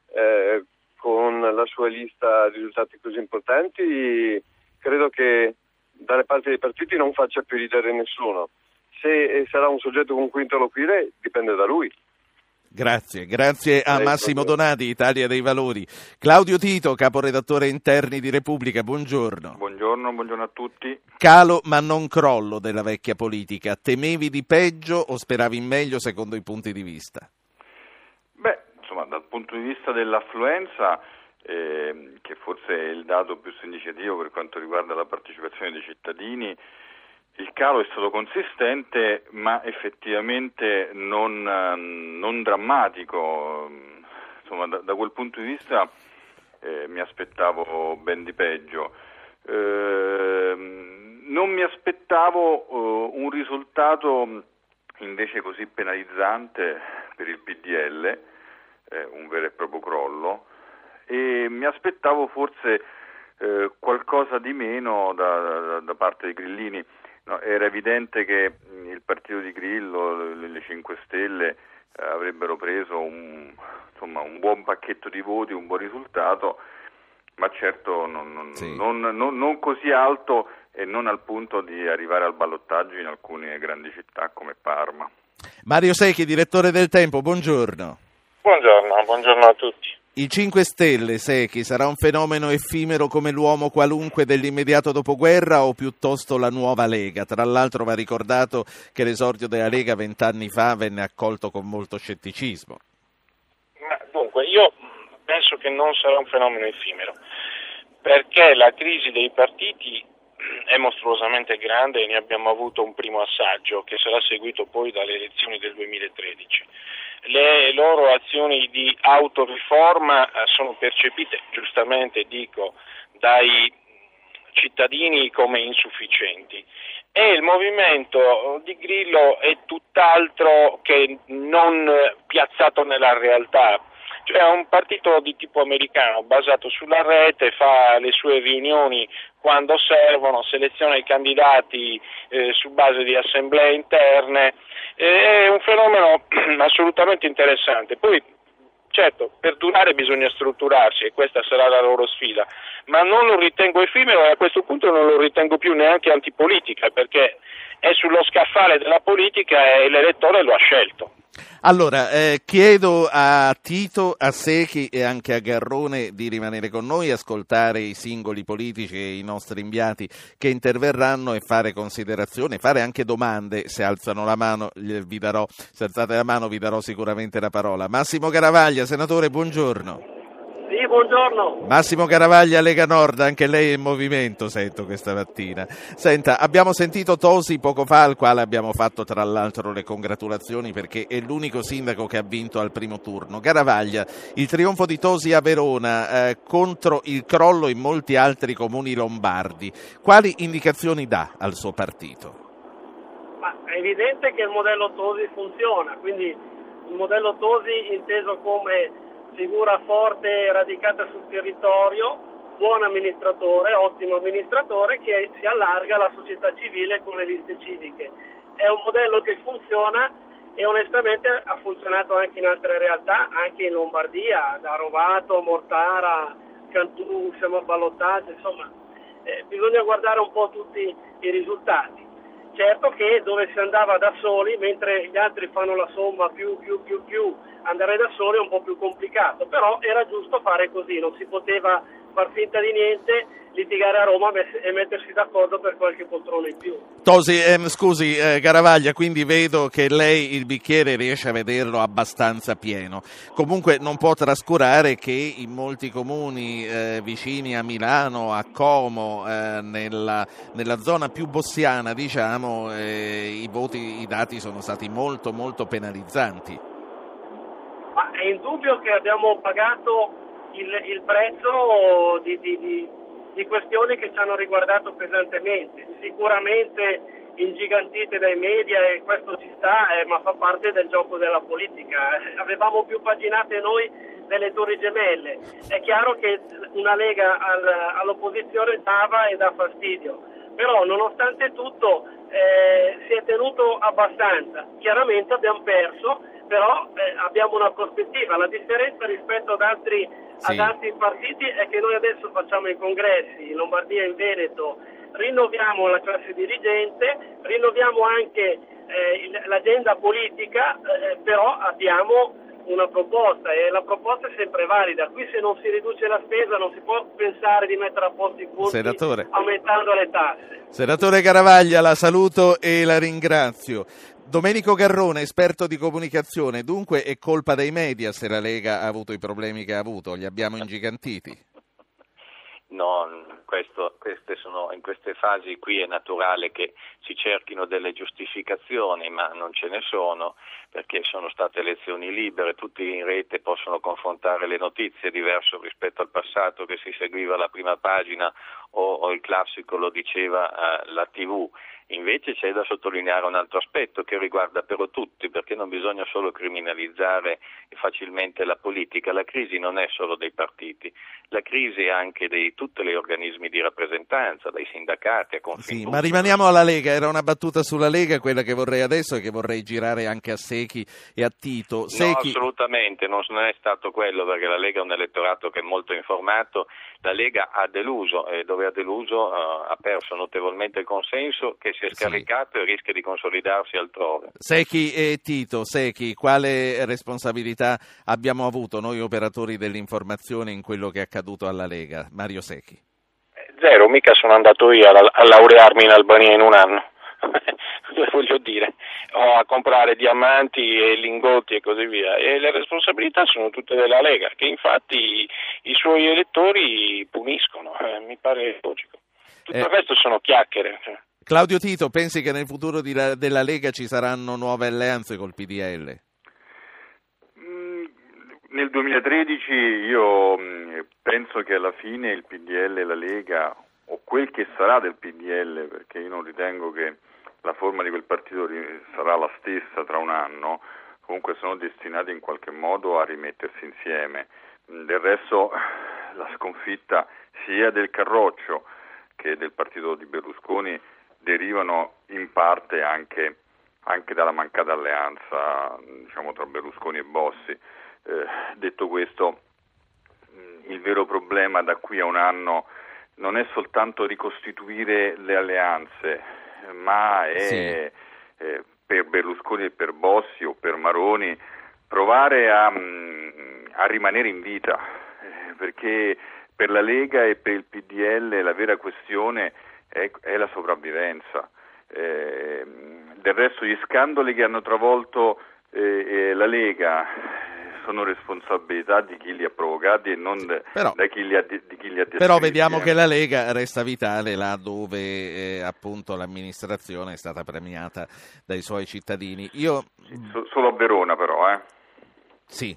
con la sua lista risultati così importanti, credo che dalle parti dei partiti non faccia più ridere nessuno. Se sarà un soggetto con cui interloquire dipende da lui. Grazie a Massimo Donati, Italia dei Valori. Claudio Tito, caporedattore interni di Repubblica, buongiorno. Buongiorno a tutti. Calo ma non crollo della vecchia politica. Temevi di peggio o speravi in meglio secondo i punti di vista? Dal punto di vista dell'affluenza, che forse è il dato più significativo per quanto riguarda la partecipazione dei cittadini, il calo è stato consistente ma effettivamente non drammatico. Da quel punto di vista mi aspettavo ben di peggio. Non mi aspettavo un risultato invece così penalizzante per il PDL, un vero e proprio crollo, e mi aspettavo forse qualcosa di meno da parte dei grillini. No, era evidente che il partito di Grillo, le 5 Stelle, avrebbero preso un buon pacchetto di voti, un buon risultato, ma certo non così alto e non al punto di arrivare al ballottaggio in alcune grandi città come Parma. Mario Secchi, direttore del Tempo, buongiorno. Buongiorno a tutti. I 5 Stelle, Secchi, sarà un fenomeno effimero come l'uomo qualunque dell'immediato dopoguerra o piuttosto la nuova Lega? Tra l'altro va ricordato che l'esordio della Lega 20 anni fa venne accolto con molto scetticismo. Dunque, io penso che non sarà un fenomeno effimero, perché la crisi dei partiti è mostruosamente grande e ne abbiamo avuto un primo assaggio che sarà seguito poi dalle elezioni del 2013. Le loro azioni di autoriforma sono percepite, giustamente dico, dai cittadini come insufficienti, e il movimento di Grillo è tutt'altro che non piazzato nella realtà. Cioè è un partito di tipo americano basato sulla rete, fa le sue riunioni quando servono, seleziona i candidati su base di assemblee interne, è un fenomeno assolutamente interessante. Poi certo, per durare bisogna strutturarsi e questa sarà la loro sfida, ma non lo ritengo effimero e a questo punto non lo ritengo più neanche antipolitica, perché è sullo scaffale della politica e l'elettore lo ha scelto. Allora, chiedo a Tito, a Secchi e anche a Garrone di rimanere con noi, ascoltare i singoli politici e i nostri inviati che interverranno e fare considerazioni, fare anche domande. Se alzano la mano se alzate la mano vi darò sicuramente la parola. Massimo Garavaglia, senatore, buongiorno. Sì, buongiorno. Massimo Garavaglia, Lega Nord, anche lei è in movimento, sento questa mattina. Senta, abbiamo sentito Tosi poco fa, al quale abbiamo fatto tra l'altro le congratulazioni perché è l'unico sindaco che ha vinto al primo turno. Garavaglia, il trionfo di Tosi a Verona contro il crollo in molti altri comuni lombardi, quali indicazioni dà al suo partito? Ma è evidente che il modello Tosi funziona, quindi il modello Tosi inteso come figura forte, radicata sul territorio, buon amministratore, ottimo amministratore che si allarga alla società civile con le liste civiche. È un modello che funziona e onestamente ha funzionato anche in altre realtà, anche in Lombardia, da Rovato, Mortara, Cantù, siamo a ballottaggio, insomma bisogna guardare un po' tutti i risultati. Certo che dove si andava da soli, mentre gli altri fanno la somma più, andare da soli è un po' più complicato, però era giusto fare così, non si poteva far finta di niente, litigare a Roma e mettersi d'accordo per qualche poltrona in più. Tosi, scusi Garavaglia, quindi vedo che lei il bicchiere riesce a vederlo abbastanza pieno. Comunque non può trascurare che in molti comuni vicini a Milano, a Como, nella zona più bossiana, diciamo, i dati sono stati molto molto penalizzanti. Ma è indubbio che abbiamo pagato il prezzo di questioni che ci hanno riguardato pesantemente, sicuramente ingigantite dai media e questo ci sta, ma fa parte del gioco della politica. Avevamo più paginate noi delle Torri Gemelle, è chiaro che una Lega all'opposizione dava e dà fastidio, però nonostante tutto si è tenuto abbastanza. Chiaramente abbiamo perso, però abbiamo una prospettiva. La differenza rispetto ad altri partiti è che noi adesso facciamo i congressi in Lombardia e in Veneto, rinnoviamo la classe dirigente, rinnoviamo anche l'agenda politica, però abbiamo una proposta e la proposta è sempre valida. Qui se non si riduce la spesa non si può pensare di mettere a posto i conti aumentando le tasse. Senatore Garavaglia, la saluto e la ringrazio. Domenico Garrone, esperto di comunicazione, dunque è colpa dei media se la Lega ha avuto i problemi che ha avuto, li abbiamo ingigantiti? No, in queste fasi qui è naturale che si cerchino delle giustificazioni, ma non ce ne sono, perché sono state elezioni libere, tutti in rete possono confrontare le notizie, diverso rispetto al passato che si seguiva la prima pagina o il classico lo diceva la TV. Invece c'è da sottolineare un altro aspetto che riguarda però tutti, perché non bisogna solo criminalizzare facilmente la politica. La crisi non è solo dei partiti, la crisi è anche di tutti gli organismi di rappresentanza, dai sindacati a Confindustria. Sì, ma rimaniamo alla Lega, era una battuta sulla Lega quella che vorrei adesso e che vorrei girare anche a Secchi e a Tito. No, assolutamente, non è stato quello, perché la Lega è un elettorato che è molto informato. La Lega ha deluso e dove ha deluso ha perso notevolmente il consenso, che si è scaricato e rischia di consolidarsi altrove. Secchi e Tito, quale responsabilità abbiamo avuto noi operatori dell'informazione in quello che è accaduto alla Lega? Mario Secchi. Zero, mica sono andato io a laurearmi in Albania in un anno. voglio dire, o a comprare diamanti e lingotti e così via, e le responsabilità sono tutte della Lega, che infatti i suoi elettori puniscono, mi pare logico. Tutto il resto sono chiacchiere. Claudio Tito, pensi che nel futuro della Lega ci saranno nuove alleanze col PDL? Nel 2013 io penso che alla fine il PDL e la Lega, o quel che sarà del PDL, perché io non ritengo che la forma di quel partito sarà la stessa tra un anno, comunque sono destinati in qualche modo a rimettersi insieme. Del resto la sconfitta sia del Carroccio che del partito di Berlusconi derivano in parte anche dalla mancata alleanza, diciamo, tra Berlusconi e Bossi. Detto questo, il vero problema da qui a un anno non è soltanto ricostituire le alleanze, ma è per Berlusconi e per Bossi o per Maroni provare a rimanere in vita, perché per la Lega e per il PDL la vera questione è la sopravvivenza. Del resto gli scandali che hanno travolto la Lega sono responsabilità di chi li ha provocati e non di chi li ha descritti. Però vediamo che la Lega resta vitale là dove appunto l'amministrazione è stata premiata dai suoi cittadini. Solo a Verona però, Sì.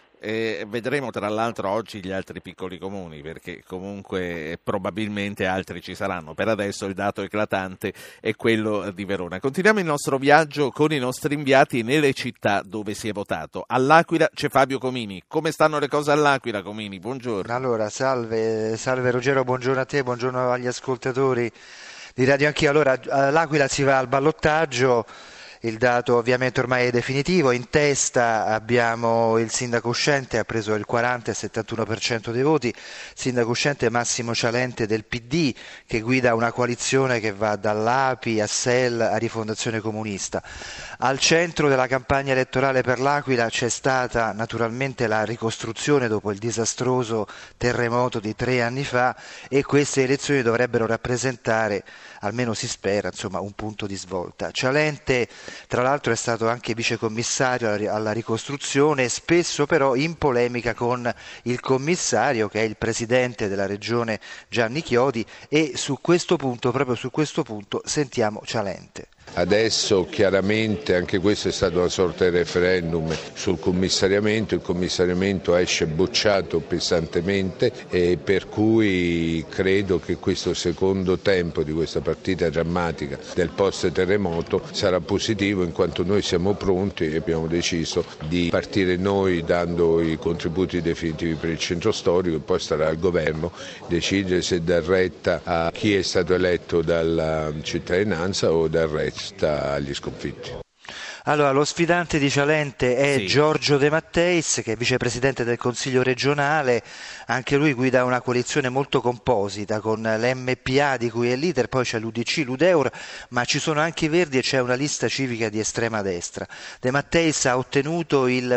Vedremo tra l'altro oggi gli altri piccoli comuni, perché comunque probabilmente altri ci saranno. Per adesso il dato eclatante è quello di Verona. Continuiamo il nostro viaggio con i nostri inviati nelle città dove si è votato. All'Aquila c'è Fabio Comini. Come stanno le cose all'Aquila, Comini? Buongiorno. Allora, salve Ruggero, buongiorno a te, buongiorno agli ascoltatori di Radio Anch'io. Allora, all'Aquila si va al ballottaggio. Il dato ovviamente ormai è definitivo, in testa abbiamo il sindaco uscente, ha preso il 40,71% dei voti, sindaco uscente Massimo Cialente del PD, che guida una coalizione che va dall'API a SEL a Rifondazione Comunista. Al centro della campagna elettorale per l'Aquila c'è stata naturalmente la ricostruzione dopo il disastroso terremoto di 3 anni fa, e queste elezioni dovrebbero rappresentare, almeno si spera, insomma, un punto di svolta. Cialente tra l'altro è stato anche vicecommissario alla ricostruzione, spesso però in polemica con il commissario, che è il presidente della regione Gianni Chiodi, e proprio su questo punto sentiamo Cialente. Adesso chiaramente anche questo è stato una sorta di referendum sul commissariamento, il commissariamento esce bocciato pesantemente, e per cui credo che questo secondo tempo di questa partita drammatica del post terremoto sarà positivo, in quanto noi siamo pronti e abbiamo deciso di partire noi dando i contributi definitivi per il centro storico, e poi starà al governo decidere se dar retta a chi è stato eletto dalla cittadinanza o dar retta agli sconfitti. Allora, lo sfidante di Cialente è Giorgio De Matteis, che è vicepresidente del Consiglio regionale. Anche lui guida una coalizione molto composita con l'MPA, di cui è leader, poi c'è l'UDC, l'Udeur, ma ci sono anche i Verdi e c'è una lista civica di estrema destra. De Matteis ha ottenuto il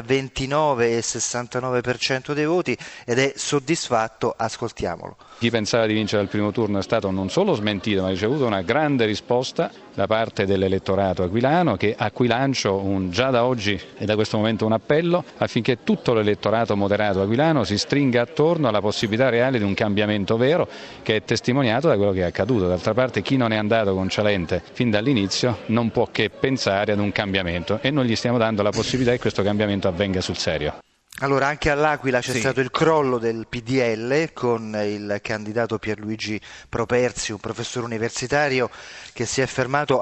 29,69% dei voti ed è soddisfatto, ascoltiamolo. Chi pensava di vincere al primo turno è stato non solo smentito, ma ha ricevuto una grande risposta da parte dell'elettorato aquilano, che a cui lancio già da oggi e da questo momento un appello affinché tutto l'elettorato moderato aquilano si stringa attorno alla possibilità reale di un cambiamento vero, che è testimoniato da quello che è accaduto. D'altra parte chi non è andato con Cialente fin dall'inizio non può che pensare ad un cambiamento, e noi gli stiamo dando la possibilità che questo cambiamento avvenga sul serio. Allora, anche all'Aquila c'è stato il crollo del PDL con il candidato Pierluigi Properzi, un professore universitario che si è fermato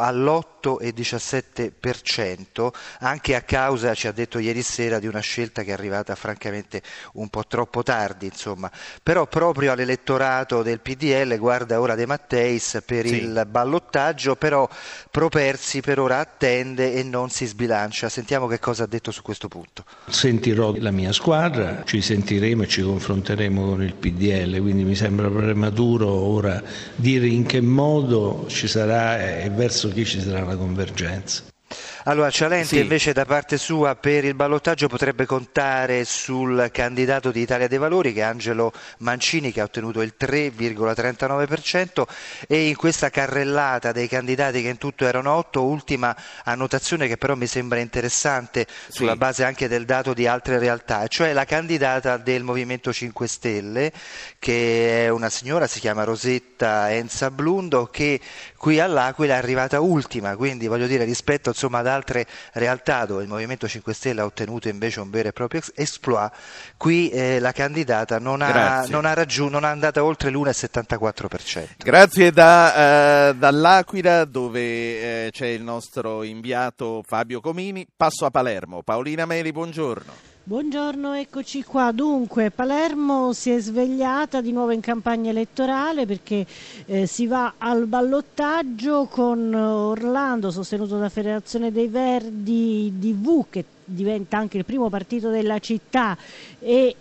all'8,17%, anche a causa, ci ha detto ieri sera, di una scelta che è arrivata francamente un po' troppo tardi, insomma. Però proprio all'elettorato del PDL guarda ora De Matteis per il ballottaggio, però Properzi per ora attende e non si sbilancia. Sentiamo che cosa ha detto su questo punto. Sentirò la mia squadra, ci sentiremo e ci confronteremo con il PDL, quindi mi sembra prematuro ora dire in che modo ci sarà e verso chi ci sarà la convergenza. Allora, Cialente invece da parte sua per il ballottaggio potrebbe contare sul candidato di Italia dei Valori, che è Angelo Mancini, che ha ottenuto il 3,39%, e in questa carrellata dei candidati, che in tutto erano 8, ultima annotazione che però mi sembra interessante sulla base anche del dato di altre realtà, cioè la candidata del Movimento 5 Stelle, che è una signora, si chiama Rosetta Enza Blundo, che qui all'Aquila è arrivata ultima, quindi voglio dire, rispetto insomma ad altre realtà dove il Movimento 5 Stelle ha ottenuto invece un vero e proprio exploit, qui la candidata non è andata oltre l'1,74%. Grazie dall'Aquila, dove c'è il nostro inviato Fabio Comini. Passo a Palermo. Paolina Meli, buongiorno. Buongiorno, eccoci qua. Dunque, Palermo si è svegliata di nuovo in campagna elettorale perché si va al ballottaggio con Orlando, sostenuto da Federazione dei Verdi, DV, che diventa anche il primo partito della città, e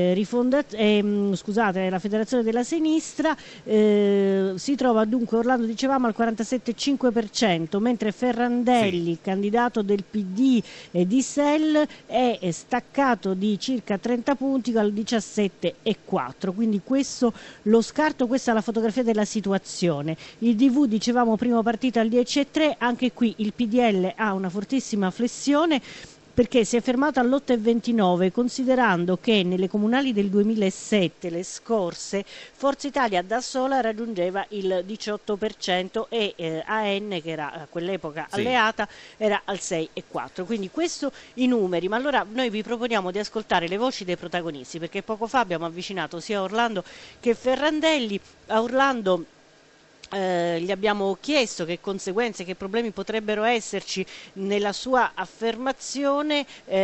la Federazione della Sinistra. Si trova dunque Orlando, dicevamo, al 47,5%, mentre Ferrandelli, candidato del PD e di SEL, è staccato di circa 30 punti al 17,4%. Quindi questo lo scarto, questa è la fotografia della situazione. Il DV, dicevamo, primo partito al 10,3%, anche qui il PDL ha una fortissima flessione, perché si è fermato all'8,29, considerando che nelle comunali del 2007, le scorse, Forza Italia da sola raggiungeva il 18% e AN, che era a quell'epoca alleata, era al 6,4%. Quindi questo i numeri, ma allora noi vi proponiamo di ascoltare le voci dei protagonisti, perché poco fa abbiamo avvicinato sia Orlando che Ferrandelli. A Orlando gli abbiamo chiesto che conseguenze, che problemi potrebbero esserci nella sua affermazione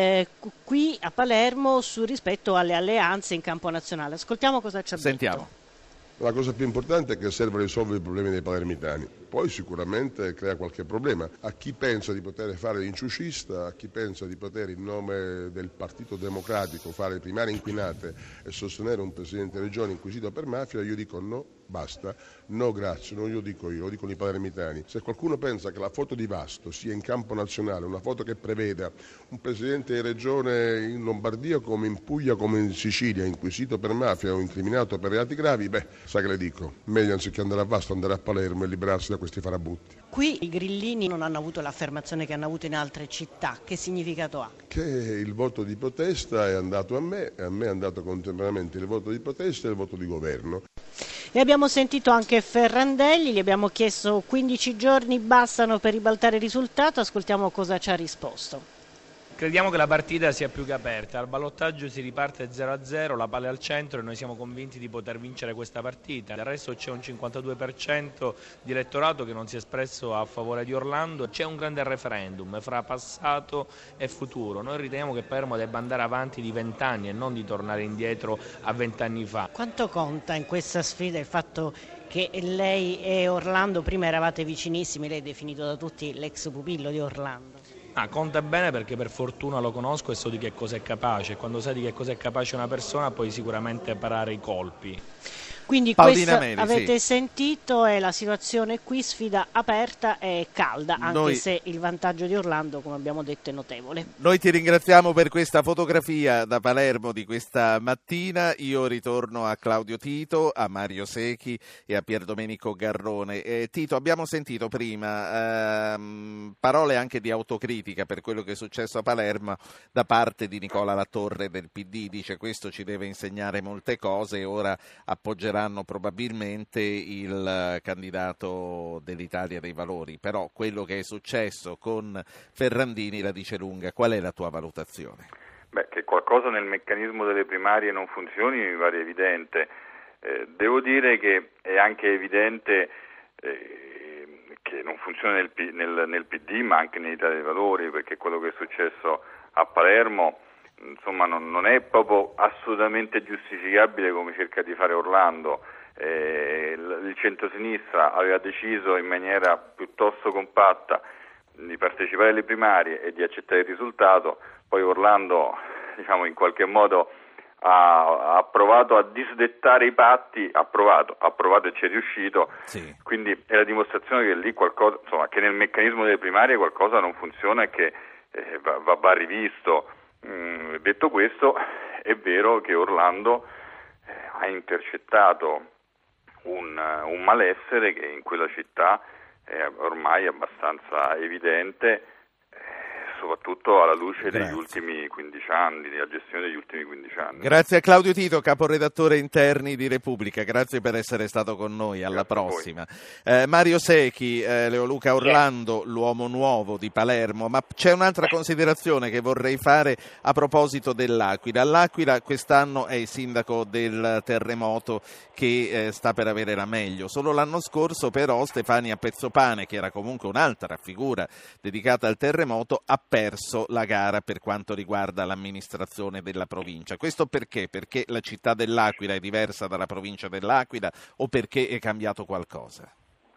qui a Palermo rispetto alle alleanze in campo nazionale. Ascoltiamo cosa ci ha detto. La cosa più importante è che serve a risolvere i problemi dei palermitani, poi sicuramente crea qualche problema a chi pensa di poter fare l'inciucista, a chi pensa di poter in nome del Partito Democratico fare primarie inquinate e sostenere un Presidente di Regione inquisito per mafia. Io dico no, basta, no grazie, non lo dico io, lo dicono i palermitani. Se qualcuno pensa che la foto di Vasto sia in campo nazionale, una foto che preveda un Presidente di Regione in Lombardia come in Puglia come in Sicilia, inquisito per mafia o incriminato per reati gravi, sai che le dico, meglio anziché andare a Vasto andare a Palermo e liberarsi da questi farabutti. Qui i grillini non hanno avuto l'affermazione che hanno avuto in altre città. Che significato ha? Che il voto di protesta è andato a me è andato contemporaneamente il voto di protesta e il voto di governo. E abbiamo sentito anche Ferrandelli, gli abbiamo chiesto 15 giorni bastano per ribaltare il risultato, ascoltiamo cosa ci ha risposto. Crediamo che la partita sia più che aperta, al ballottaggio si riparte 0-0, la palla è al centro e noi siamo convinti di poter vincere questa partita. Del resto c'è un 52% di elettorato che non si è espresso a favore di Orlando, c'è un grande referendum fra passato e futuro. Noi riteniamo che Palermo debba andare avanti di 20 anni e non di tornare indietro a 20 anni fa. Quanto conta in questa sfida il fatto che lei e Orlando, prima eravate vicinissimi, lei è definito da tutti l'ex pupillo di Orlando? Conta bene perché per fortuna lo conosco e so di che cosa è capace, e quando sai di che cosa è capace una persona puoi sicuramente parare i colpi. Quindi questo avete sentito, è la situazione qui, sfida aperta e calda, anche se il vantaggio di Orlando, come abbiamo detto, è notevole. Noi ti ringraziamo per questa fotografia da Palermo di questa mattina. Io ritorno a Claudio Tito, a Mario Secchi e a Pierdomenico Garrone. Tito, abbiamo sentito prima parole anche di autocritica per quello che è successo a Palermo da parte di Nicola Latorre del PD. Dice: questo ci deve insegnare molte cose e ora appoggerà probabilmente il candidato dell'Italia dei Valori, però quello che è successo con Ferrandini la dice lunga. Qual è la tua valutazione? Che qualcosa nel meccanismo delle primarie non funzioni mi pare evidente. Devo dire che è anche evidente che non funziona nel PD ma anche nell'Italia dei Valori, perché quello che è successo a Palermo insomma non è proprio assolutamente giustificabile come cerca di fare Orlando. Il centrosinistra aveva deciso in maniera piuttosto compatta di partecipare alle primarie e di accettare il risultato, poi Orlando in qualche modo ha provato a disdettare i patti, ha provato e ci è riuscito, quindi è la dimostrazione che lì qualcosa, insomma, che nel meccanismo delle primarie qualcosa non funziona e che va rivisto. Detto questo, è vero che Orlando ha intercettato un malessere che in quella città è ormai abbastanza evidente, soprattutto alla luce degli ultimi 15 anni, della gestione degli ultimi 15 anni. Grazie a Claudio Tito, caporedattore interni di Repubblica, grazie per essere stato con noi, alla prossima. Mario Secchi, Leoluca Orlando, l'uomo nuovo di Palermo, ma c'è un'altra considerazione che vorrei fare a proposito dell'Aquila. L'Aquila quest'anno è il sindaco del terremoto che sta per avere la meglio. Solo l'anno scorso però Stefania Pezzopane, che era comunque un'altra figura dedicata al terremoto, ha perso la gara per quanto riguarda l'amministrazione della provincia. Questo perché? Perché la città dell'Aquila è diversa dalla provincia dell'Aquila o perché è cambiato qualcosa?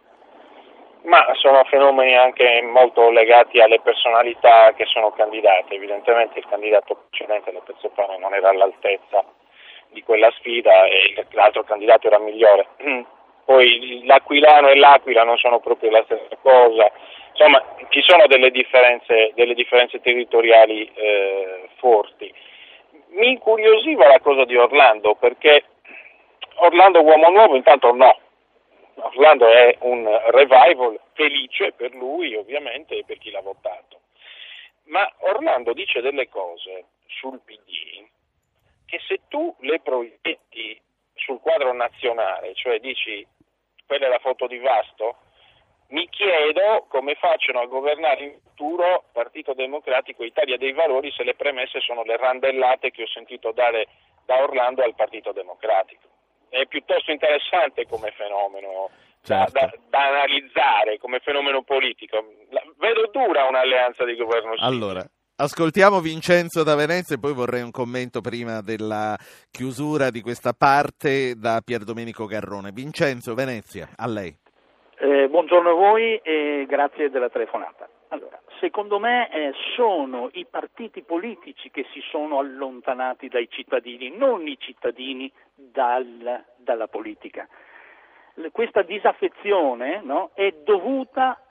Ma sono fenomeni anche molto legati alle personalità che sono candidate. Evidentemente il candidato precedente, la Pezzopane, non era all'altezza di quella sfida e l'altro candidato era migliore. Poi l'Aquilano e l'Aquila non sono proprio la stessa cosa. Insomma, ci sono delle differenze territoriali forti. Mi incuriosiva la cosa di Orlando, perché Orlando uomo nuovo intanto no. Orlando è un revival felice per lui, ovviamente, e per chi l'ha votato. Ma Orlando dice delle cose sul PD che se tu le proietti sul quadro nazionale, cioè dici quella è la foto di Vasto, mi chiedo come facciano a governare in futuro Partito Democratico e Italia dei Valori se le premesse sono le randellate che ho sentito dare da Orlando al Partito Democratico. È piuttosto interessante come fenomeno da analizzare, come fenomeno politico. Vedo dura un'alleanza di governo. Allora, ascoltiamo Vincenzo da Venezia e poi vorrei un commento prima della chiusura di questa parte da Pierdomenico Garrone. Vincenzo, Venezia, a lei. Buongiorno a voi e grazie della telefonata. Allora, secondo me sono i partiti politici che si sono allontanati dai cittadini, non i cittadini dalla politica. Questa disaffezione, no, è dovuta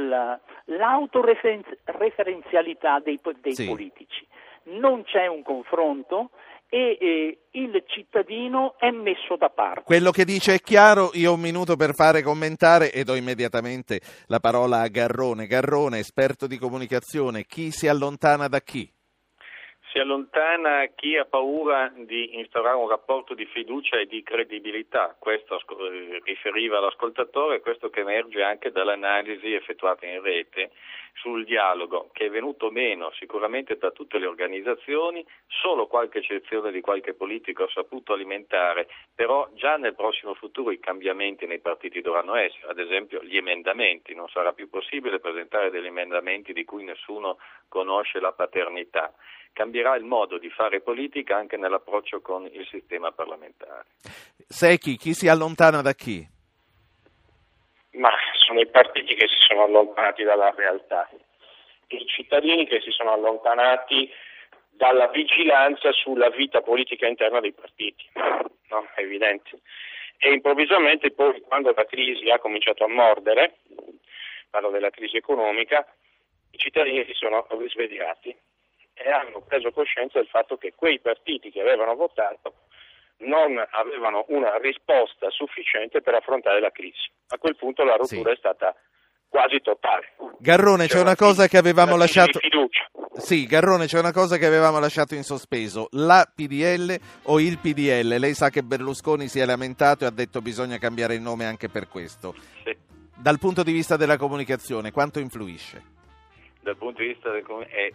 all'autoreferenzialità dei politici. Non c'è un confronto e il cittadino è messo da parte. Quello che dice è chiaro, io ho un minuto per fare commentare e do immediatamente la parola a Garrone. Garrone, esperto di comunicazione, chi si allontana da chi? Si allontana chi ha paura di instaurare un rapporto di fiducia e di credibilità, questo riferiva l'ascoltatore, questo che emerge anche dall'analisi effettuata in rete sul dialogo, che è venuto meno sicuramente da tutte le organizzazioni, solo qualche eccezione di qualche politico ha saputo alimentare, però già nel prossimo futuro i cambiamenti nei partiti dovranno essere, ad esempio gli emendamenti, non sarà più possibile presentare degli emendamenti di cui nessuno conosce la paternità. Cambierà il modo di fare politica anche nell'approccio con il sistema parlamentare. Secchi, chi si allontana da chi? Ma sono i partiti che si sono allontanati dalla realtà, i cittadini che si sono allontanati dalla vigilanza sulla vita politica interna dei partiti, no? È evidente. E improvvisamente poi, quando la crisi ha cominciato a mordere, parlo della crisi economica, i cittadini si sono risvegliati e hanno preso coscienza del fatto che quei partiti che avevano votato non avevano una risposta sufficiente per affrontare la crisi. A quel punto la rottura è stata quasi totale. Garrone, c'è una cosa che avevamo lasciato. Fiducia. Sì, Garrone, c'è una cosa che avevamo lasciato in sospeso. La PDL o il PDL? Lei sa che Berlusconi si è lamentato e ha detto bisogna cambiare il nome anche per questo. Sì. Dal punto di vista della comunicazione, quanto influisce? Dal punto di vista è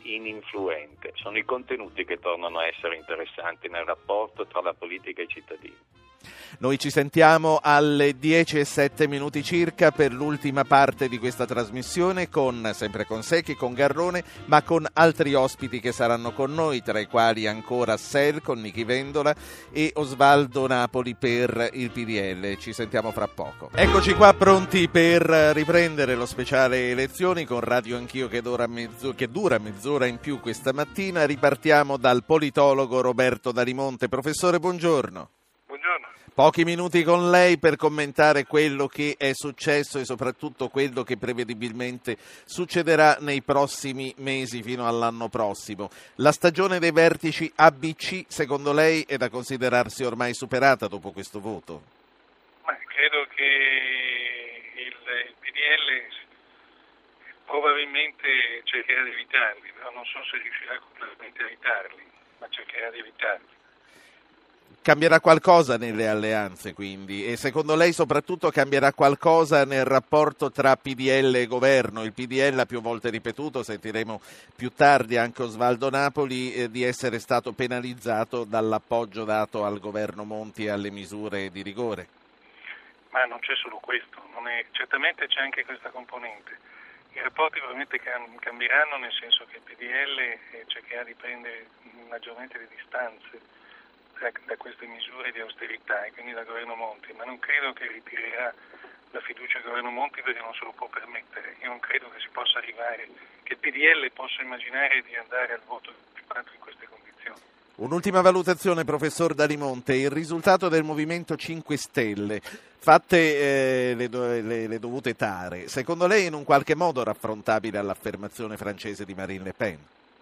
ininfluente, sono i contenuti che tornano a essere interessanti nel rapporto tra la politica e i cittadini. Noi ci sentiamo alle 10:07 circa per l'ultima parte di questa trasmissione, sempre con Secchi, con Garrone, ma con altri ospiti che saranno con noi, tra i quali ancora SEL con Nichi Vendola e Osvaldo Napoli per il PDL. Ci sentiamo fra poco. Eccoci qua pronti per riprendere lo speciale elezioni con Radio Anch'io che dura mezz'ora in più questa mattina. Ripartiamo dal politologo Roberto Dalimonte. Professore, buongiorno. Pochi minuti con lei per commentare quello che è successo e soprattutto quello che prevedibilmente succederà nei prossimi mesi fino all'anno prossimo. La stagione dei vertici ABC, secondo lei, è da considerarsi ormai superata dopo questo voto? Ma credo che il PDL probabilmente cercherà di evitarli, però non so se riuscirà completamente a evitarli, ma cercherà di evitarli. Cambierà qualcosa nelle alleanze, quindi, e secondo lei soprattutto cambierà qualcosa nel rapporto tra PDL e governo? Il PDL ha più volte ripetuto, sentiremo più tardi anche Osvaldo Napoli, di essere stato penalizzato dall'appoggio dato al governo Monti e alle misure di rigore. Ma non c'è solo questo, certamente c'è anche questa componente. I rapporti probabilmente cambieranno, nel senso che il PDL cercherà di prendere maggiormente le distanze da queste misure di austerità e quindi dal governo Monti, ma non credo che ritirerà la fiducia al governo Monti perché non se lo può permettere. Io non credo che si possa arrivare, che il PDL possa immaginare di andare al voto anticipato in queste condizioni. Un'ultima valutazione, professor Dalimonte, il risultato del Movimento 5 Stelle, fatte le dovute tare, secondo lei è in un qualche modo raffrontabile all'affermazione francese di Marine Le Pen?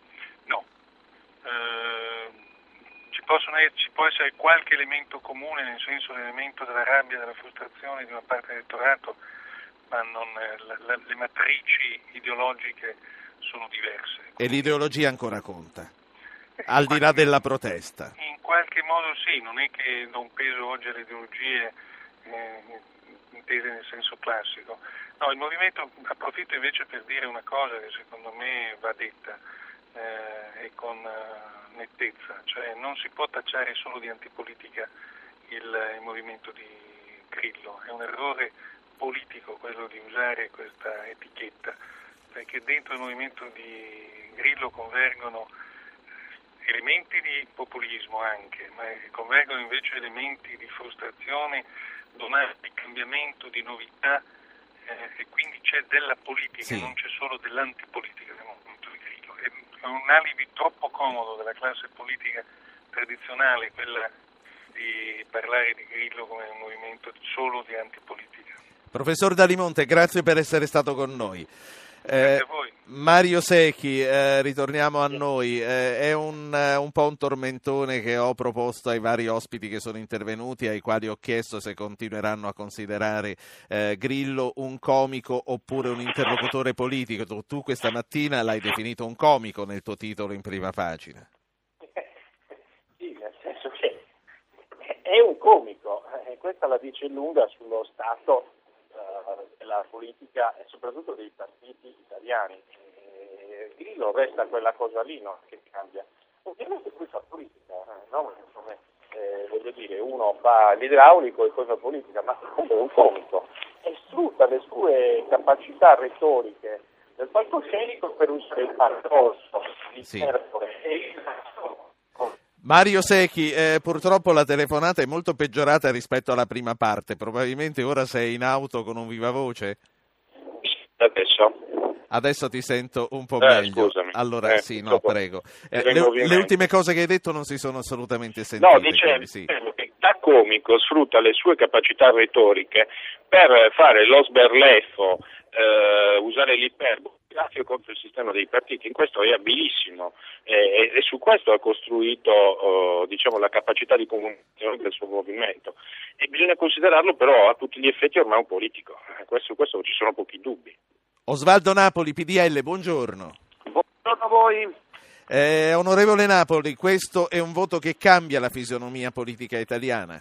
Ci può essere qualche elemento comune, nel senso l'elemento della rabbia, della frustrazione di una parte dell'elettorato, ma le matrici ideologiche sono diverse. E l'ideologia ancora conta, al di là della protesta? In qualche modo sì, non è che do un peso oggi alle ideologie intese nel senso classico. No, il movimento, approfitto invece per dire una cosa che secondo me va detta e con nettezza, cioè non si può tacciare solo di antipolitica il movimento di Grillo, è un errore politico quello di usare questa etichetta, perché dentro il movimento di Grillo convergono elementi di populismo anche, ma convergono invece elementi di frustrazione, di cambiamento, di novità e quindi c'è della politica, sì. Non c'è solo dell'antipolitica del movimento di Grillo. È un alibi troppo comodo della classe politica tradizionale, quella di parlare di Grillo come un movimento solo di antipolitica. Professor Dalimonte, grazie per essere stato con noi. Grazie a voi. Mario Secchi, ritorniamo a noi, è un po' un tormentone che ho proposto ai vari ospiti che sono intervenuti, ai quali ho chiesto se continueranno a considerare Grillo un comico oppure un interlocutore politico. Tu questa mattina l'hai definito un comico nel tuo titolo in prima pagina. Sì, nel senso che è un comico, questa la dice lunga sullo stato della politica e soprattutto dei partiti italiani. Grillo resta quella cosa lì, no? Che cambia. Ovviamente poi fa politica, no? Come voglio dire, uno fa l'idraulico e poi fa politica, ma è un comico e sfrutta le sue capacità retoriche del palcoscenico per usare il parcorso, l'iterpore e il Mario Secchi, purtroppo la telefonata è molto peggiorata rispetto alla prima parte, probabilmente ora sei in auto con un vivavoce? Adesso ti sento un po' meglio. Scusami. Allora sì, no, prego. Le ultime cose che hai detto non si sono assolutamente sentite. No, dicevo che da comico sfrutta le sue capacità retoriche per fare lo sberleffo, usare l'iperbole contro il sistema dei partiti. In questo è abilissimo e su questo ha costruito la capacità di comunicazione del suo movimento e bisogna considerarlo però a tutti gli effetti ormai un politico, su questo ci sono pochi dubbi. Osvaldo Napoli, PDL, buongiorno. Buongiorno a voi. Onorevole Napoli, questo è un voto che cambia la fisionomia politica italiana?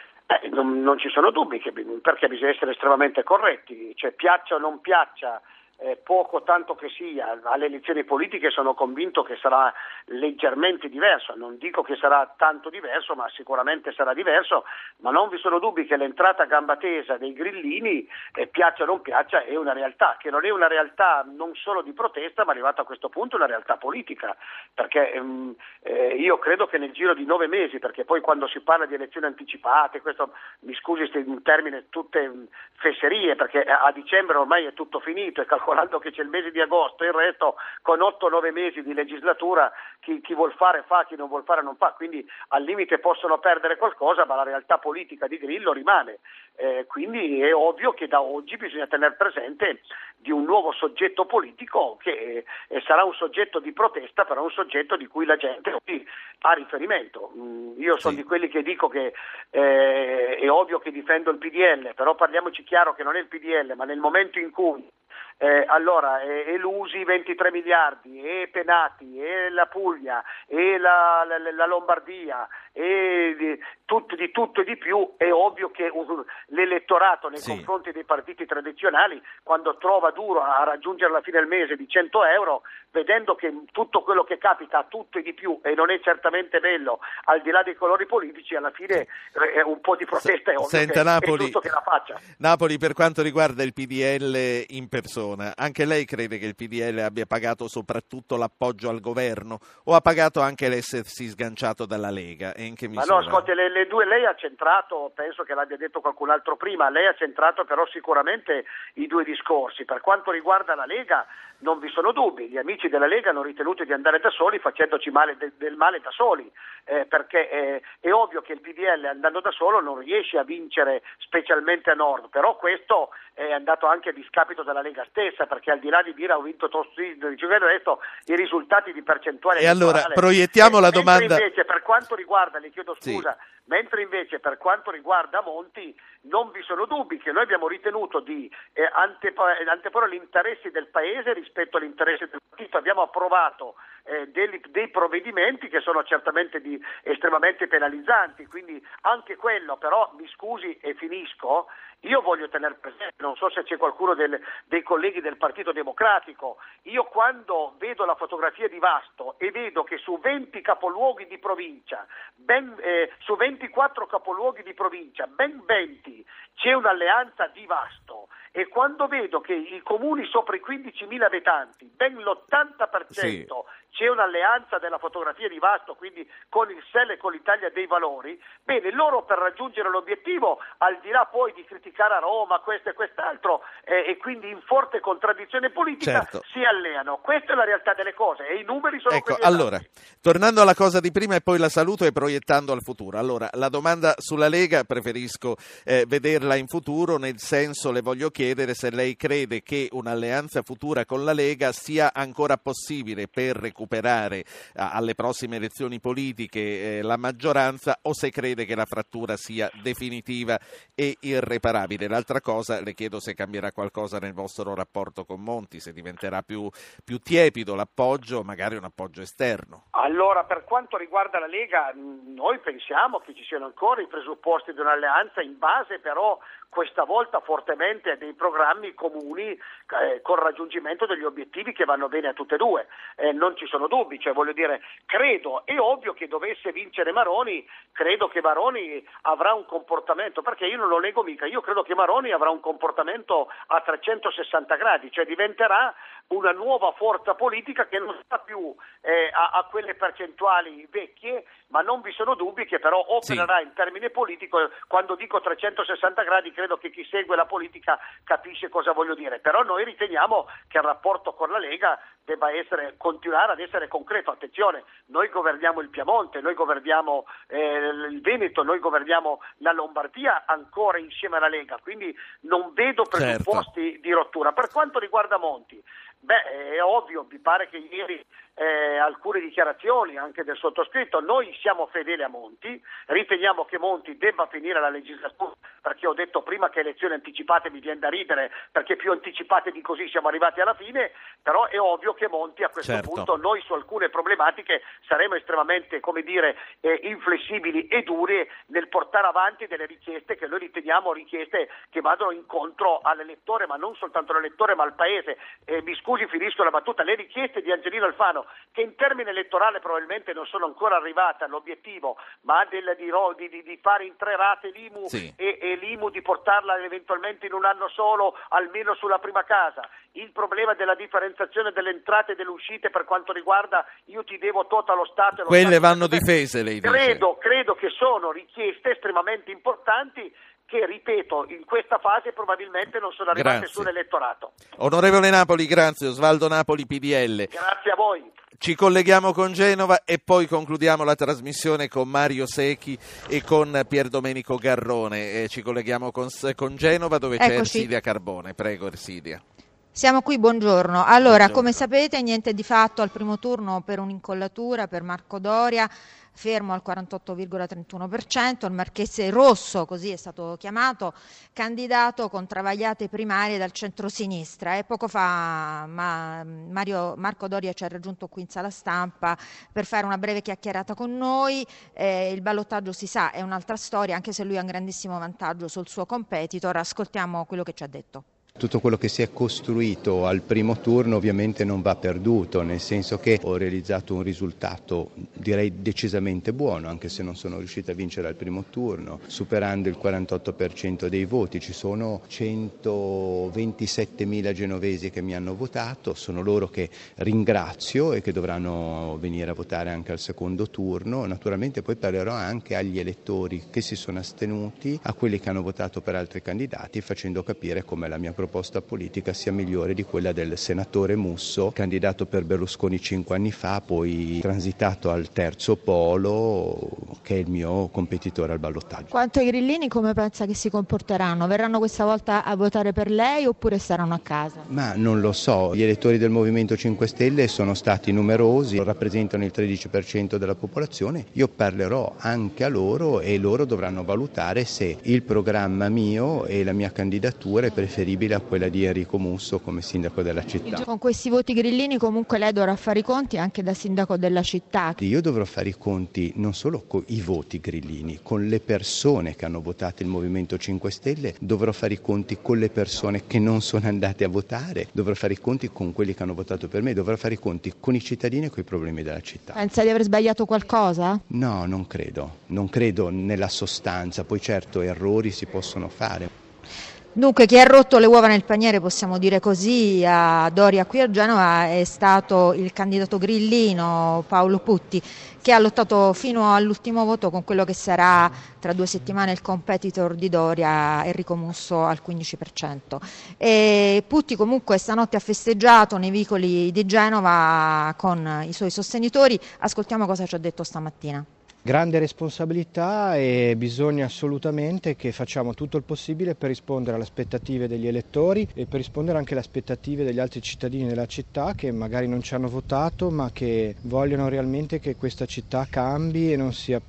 Non ci sono dubbi, perché bisogna essere estremamente corretti, cioè piaccia o non piaccia poco tanto che sia, alle elezioni politiche sono convinto che sarà leggermente diverso, non dico che sarà tanto diverso, ma sicuramente sarà diverso, ma non vi sono dubbi che l'entrata a gamba tesa dei grillini, piaccia o non piaccia, è una realtà, che non è una realtà non solo di protesta, ma arrivata a questo punto è una realtà politica, perché io credo che nel giro di 9 mesi, perché poi quando si parla di elezioni anticipate, questo mi scusi se in termine tutte fesserie, perché a dicembre ormai è tutto finito, e calcolando che c'è il mese di agosto e il resto, con 8-9 mesi di legislatura, chi vuol fare fa, chi non vuol fare non fa, quindi al limite possono perdere qualcosa, ma la realtà politica di Grillo rimane, quindi è ovvio che da oggi bisogna tener presente di un nuovo soggetto politico che sarà un soggetto di protesta, però un soggetto di cui la gente ha riferimento. Io sono di quelli che dico che è ovvio che difendo il PDL, però parliamoci chiaro che non è il PDL, ma nel momento in cui elusi 23 miliardi, e Penati, e la Puglia, e la Lombardia, e di tutto e di più, è ovvio che l'elettorato nei confronti dei partiti tradizionali, quando trova duro a raggiungere la fine del mese di 100 euro, vedendo che tutto quello che capita a tutto e di più, e non è certamente bello, al di là dei colori politici, alla fine un po' di protesta è ovvio. Senta, Napoli, è giusto che la faccia. Napoli, per quanto riguarda il PDL in persona, anche lei crede che il PDL abbia pagato soprattutto l'appoggio al governo, o ha pagato anche l'essersi sganciato dalla Lega? E in che misura? Ma no, ascolti, le due, lei ha centrato, penso che l'abbia detto qualcun altro prima, lei ha centrato però sicuramente i due discorsi. Per quanto riguarda la Lega non vi sono dubbi, gli amici della Lega hanno ritenuto di andare da soli, facendoci del male da soli, perché è ovvio che il PDL, andando da solo, non riesce a vincere, specialmente a nord, però questo è andato anche a discapito della Lega stessa, perché al di là di dire ho vinto il resto, i risultati di percentuale. E allora proiettiamo la domanda. Invece per quanto riguarda, le chiedo scusa, mentre invece per quanto riguarda Monti non vi sono dubbi che noi abbiamo ritenuto di anteporre gli interessi del Paese rispetto all'interesse del partito. Abbiamo approvato dei provvedimenti che sono certamente estremamente penalizzanti, quindi anche quello, però mi scusi e finisco, io voglio tenere presente, non so se c'è qualcuno dei colleghi del Partito Democratico, io quando vedo la fotografia di Vasto e vedo che su 20 capoluoghi di provincia, su 24 capoluoghi di provincia, ben 20 c'è un'alleanza di Vasto, e quando vedo che i comuni sopra i 15.000 abitanti, ben l'80% c'è un'alleanza della fotografia di Vasto, quindi con il SEL e con l'Italia dei Valori, bene, loro per raggiungere l'obiettivo, al di là poi di criticare a Roma questo e quest'altro, e quindi in forte contraddizione politica, si alleano. Questa è la realtà delle cose e i numeri sono quelli. Allora, tornando alla cosa di prima e poi la saluto e proiettando al futuro. Allora, la domanda sulla Lega preferisco vederla in futuro, nel senso le voglio chiedere se lei crede che un'alleanza futura con la Lega sia ancora possibile per recuperare alle prossime elezioni politiche la maggioranza, o se crede che la frattura sia definitiva e irreparabile. L'altra cosa, le chiedo se cambierà qualcosa nel vostro rapporto con Monti, se diventerà più tiepido l'appoggio, magari un appoggio esterno. Allora, per quanto riguarda la Lega, noi pensiamo che ci siano ancora i presupposti di un'alleanza, in base però questa volta fortemente a dei programmi comuni col raggiungimento degli obiettivi che vanno bene a tutte e due, non ci sono dubbi, cioè voglio dire, credo, è ovvio che dovesse vincere Maroni, credo che Maroni avrà un comportamento, perché io non lo nego mica, io credo che Maroni avrà un comportamento a 360 gradi, cioè diventerà una nuova forza politica che non sta più a quelle percentuali vecchie, ma non vi sono dubbi che però opererà in termine politico. Quando dico 360 gradi credo che chi segue la politica capisce cosa voglio dire, però noi riteniamo che il rapporto con la Lega debba continuare ad essere concreto. Attenzione, noi governiamo il Piemonte, noi governiamo il Veneto, noi governiamo la Lombardia ancora insieme alla Lega, quindi non vedo presupposti di rottura. Per quanto riguarda Monti, è ovvio, mi pare che ieri alcune dichiarazioni anche del sottoscritto. Noi siamo fedeli a Monti, riteniamo che Monti debba finire la legislatura, perché ho detto prima che elezioni anticipate mi viene da ridere, perché più anticipate di così siamo arrivati alla fine, però è ovvio che Monti a questo punto, noi su alcune problematiche saremo estremamente, inflessibili e duri nel portare avanti delle richieste che noi riteniamo richieste che vadano incontro all'elettore, ma non soltanto all'elettore ma al paese. Mi scusi, finisco la battuta, le richieste di Angelino Alfano, che in termine elettorale probabilmente non sono ancora arrivate all'obiettivo, ma di fare in 3 rate l'IMU e l'IMU di portarla eventualmente in un anno solo, almeno sulla prima casa. Il problema della differenziazione delle entrate e delle uscite per quanto riguarda io ti devo tutto allo Stato. Quelle vanno difese, lei dice. Credo che sono richieste estremamente importanti che, ripeto, in questa fase probabilmente non sono arrivate sull'elettorato. Onorevole Napoli, grazie. Osvaldo Napoli, PDL. Grazie a voi. Ci colleghiamo con Genova e poi concludiamo la trasmissione con Mario Secchi e con Pierdomenico Garrone. Ci colleghiamo con Genova, dove c'è Ersilia Carbone. Prego, Ersilia. Siamo qui, buongiorno. Allora, come sapete, niente di fatto al primo turno per un'incollatura per Marco Doria, fermo al 48,31%, il Marchese Rosso, così è stato chiamato, candidato con travagliate primarie dal centro-sinistra. E poco fa Marco Doria ci ha raggiunto qui in sala stampa per fare una breve chiacchierata con noi. Il ballottaggio, si sa, è un'altra storia, anche se lui ha un grandissimo vantaggio sul suo competitor. Ascoltiamo quello che ci ha detto. Tutto quello che si è costruito al primo turno ovviamente non va perduto, nel senso che ho realizzato un risultato direi decisamente buono, anche se non sono riuscito a vincere al primo turno, superando il 48% dei voti. Ci sono 127.000 genovesi che mi hanno votato, sono loro che ringrazio e che dovranno venire a votare anche al secondo turno. Naturalmente poi parlerò anche agli elettori che si sono astenuti, a quelli che hanno votato per altri candidati, facendo capire come la mia proposta politica sia migliore di quella del senatore Musso, candidato per Berlusconi 5 anni fa, poi transitato al terzo polo, che è il mio competitore al ballottaggio. Quanto ai grillini, come pensa che si comporteranno? Verranno questa volta a votare per lei oppure staranno a casa? Ma non lo so, gli elettori del Movimento 5 Stelle sono stati numerosi, rappresentano il 13% della popolazione. Io parlerò anche a loro e loro dovranno valutare se il programma mio e la mia candidatura è preferibile a quella di Enrico Musso come sindaco della città. Con questi voti grillini comunque lei dovrà fare i conti anche da sindaco della città. Io dovrò fare i conti non solo con i voti grillini, con le persone che hanno votato il Movimento 5 Stelle, dovrò fare i conti con le persone che non sono andate a votare, dovrò fare i conti con quelli che hanno votato per me, dovrò fare i conti con i cittadini e con i problemi della città. Pensa di aver sbagliato qualcosa? No, non credo nella sostanza, poi certo errori si possono fare. Dunque, chi ha rotto le uova nel paniere, possiamo dire così, a Doria qui a Genova è stato il candidato grillino Paolo Putti, che ha lottato fino all'ultimo voto con quello che sarà tra 2 settimane il competitor di Doria, Enrico Musso, al 15%. E Putti comunque stanotte ha festeggiato nei vicoli di Genova con i suoi sostenitori. Ascoltiamo cosa ci ha detto stamattina. Grande responsabilità e bisogna assolutamente che facciamo tutto il possibile per rispondere alle aspettative degli elettori e per rispondere anche alle aspettative degli altri cittadini della città che magari non ci hanno votato ma che vogliono realmente che questa città cambi e non sia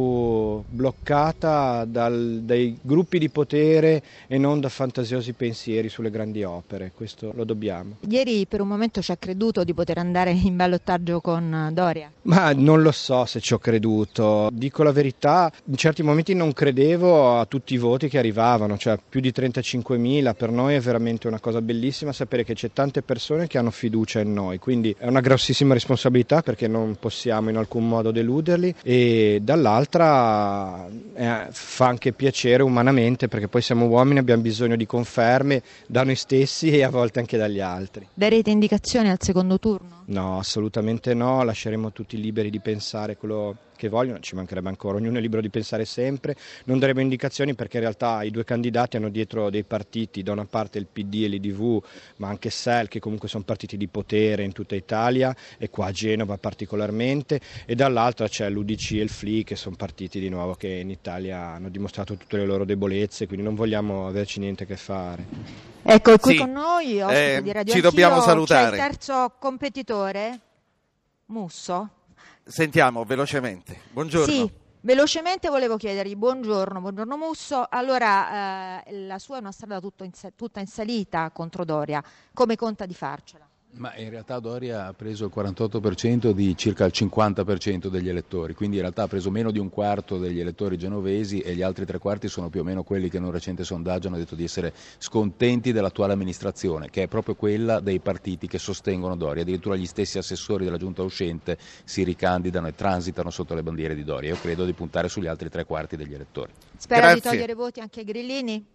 più bloccata dai gruppi di potere e non da fantasiosi pensieri sulle grandi opere. Questo lo dobbiamo. Ieri per un momento ci ha creduto di poter andare in ballottaggio con Doria? Ma non lo so se ci ho creduto. Dico la verità, in certi momenti non credevo a tutti i voti che arrivavano, cioè più di 35.000, per noi è veramente una cosa bellissima sapere che c'è tante persone che hanno fiducia in noi, quindi è una grossissima responsabilità perché non possiamo in alcun modo deluderli e dall'altra fa anche piacere umanamente perché poi siamo uomini, abbiamo bisogno di conferme da noi stessi e a volte anche dagli altri. Darete indicazioni al secondo turno? No, assolutamente no, lasceremo tutti liberi di pensare quello che vogliono, ci mancherebbe ancora, ognuno è libero di pensare sempre, non daremo indicazioni perché in realtà i 2 candidati hanno dietro dei partiti, da una parte il PD e l'IDV, ma anche SEL che comunque sono partiti di potere in tutta Italia e qua a Genova particolarmente, e dall'altra c'è l'UDC e il FLI che sono partiti di nuovo che in Italia hanno dimostrato tutte le loro debolezze, quindi non vogliamo averci niente a che fare. Ecco, qui con noi, ospite di Radio ci dobbiamo salutare. C'è il terzo competitore. Musso? Sentiamo velocemente. Buongiorno. Sì, velocemente volevo chiedergli, buongiorno Musso. Allora, la sua è una strada tutta in salita contro Doria, come conta di farcela? Ma in realtà Doria ha preso il 48% di circa il 50% degli elettori, quindi in realtà ha preso meno di un quarto degli elettori genovesi e gli altri 3/4 sono più o meno quelli che in un recente sondaggio hanno detto di essere scontenti dell'attuale amministrazione, che è proprio quella dei partiti che sostengono Doria. Addirittura gli stessi assessori della giunta uscente si ricandidano e transitano sotto le bandiere di Doria. Io credo di puntare sugli altri 3/4 degli elettori. Spera di togliere voti anche ai grillini?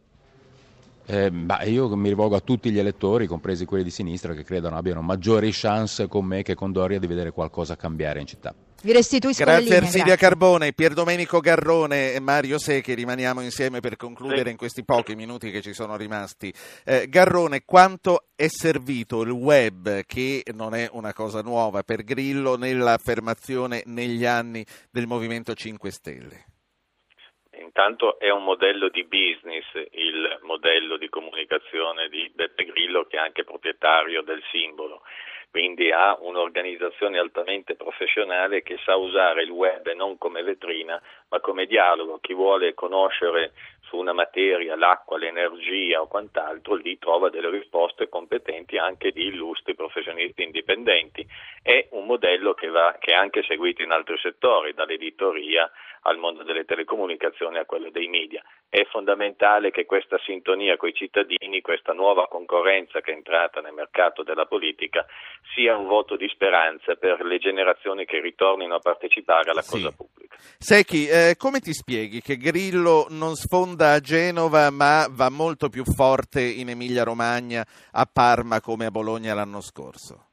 Io mi rivolgo a tutti gli elettori, compresi quelli di sinistra, che credono abbiano maggiori chance con me che con Doria di vedere qualcosa cambiare in città. Vi restituisco grazie le linee, Ersilia grazie. Carbone, Pierdomenico Garrone e Mario Secchi, rimaniamo insieme per concludere in questi pochi minuti che ci sono rimasti. Garrone, quanto è servito il web, che non è una cosa nuova, per Grillo nell'affermazione negli anni del Movimento 5 Stelle? Intanto è un modello di business, il modello di comunicazione di Beppe Grillo, che è anche proprietario del simbolo, quindi ha un'organizzazione altamente professionale che sa usare il web non come vetrina ma come dialogo. Chi vuole conoscere su una materia, l'acqua, l'energia o quant'altro, lì trova delle risposte competenti anche di illustri professionisti indipendenti. È un modello che è anche seguito in altri settori, dall'editoria al mondo delle telecomunicazioni a quello dei media. È fondamentale che questa sintonia coi cittadini, questa nuova concorrenza che è entrata nel mercato della politica, sia un voto di speranza per le generazioni che ritornino a partecipare alla cosa pubblica. Secchi, come ti spieghi che Grillo non sfonda a Genova ma va molto più forte in Emilia-Romagna, a Parma come a Bologna l'anno scorso?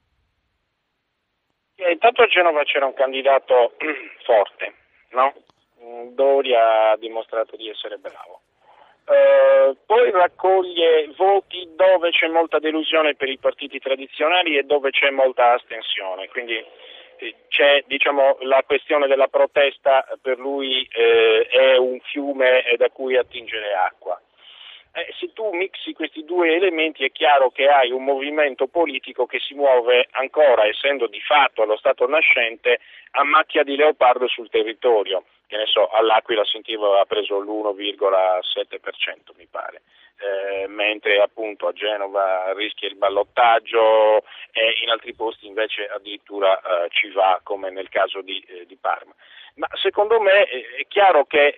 Intanto a Genova c'era un candidato forte, no? Doria ha dimostrato di essere bravo. Poi raccoglie voti dove c'è molta delusione per i partiti tradizionali e dove c'è molta astensione, quindi c'è, la questione della protesta per lui è un fiume da cui attingere acqua. Se tu mixi questi due elementi è chiaro che hai un movimento politico che si muove ancora, essendo di fatto allo stato nascente, a macchia di leopardo sul territorio. Che ne so, all'Aquila sentivo ha preso l'1,7% mi pare, mentre appunto a Genova rischia il ballottaggio e in altri posti invece addirittura ci va, come nel caso di Parma. Ma secondo me è chiaro che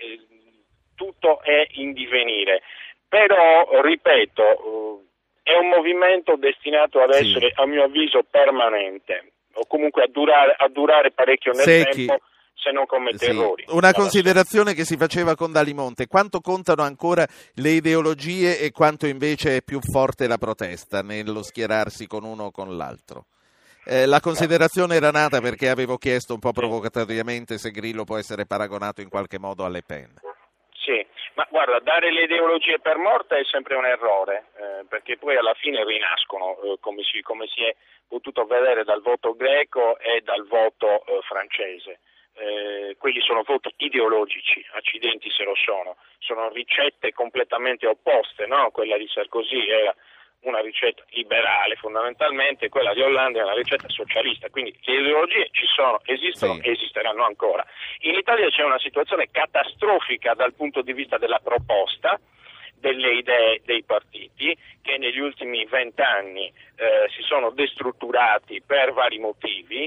tutto è in divenire, però ripeto, è un movimento destinato ad essere a mio avviso permanente o comunque a durare parecchio nel tempo, se non commette errori. Una considerazione che si faceva con Dalimonte: quanto contano ancora le ideologie e quanto invece è più forte la protesta nello schierarsi con uno o con l'altro? La considerazione era nata perché avevo chiesto un po' provocatoriamente se Grillo può essere paragonato in qualche modo a Le Pen. Sì, ma guarda, dare le ideologie per morte è sempre un errore, perché poi alla fine rinascono, come si è potuto vedere dal voto greco e dal voto francese. Quelli sono voti ideologici, accidenti se lo sono ricette completamente opposte, no? Quella di Sarkozy era una ricetta liberale fondamentalmente, quella di Hollande è una ricetta socialista, quindi le ideologie ci sono, esistono e esisteranno ancora. In Italia c'è una situazione catastrofica dal punto di vista della proposta, delle idee dei partiti, che negli ultimi 20 anni si sono destrutturati per vari motivi,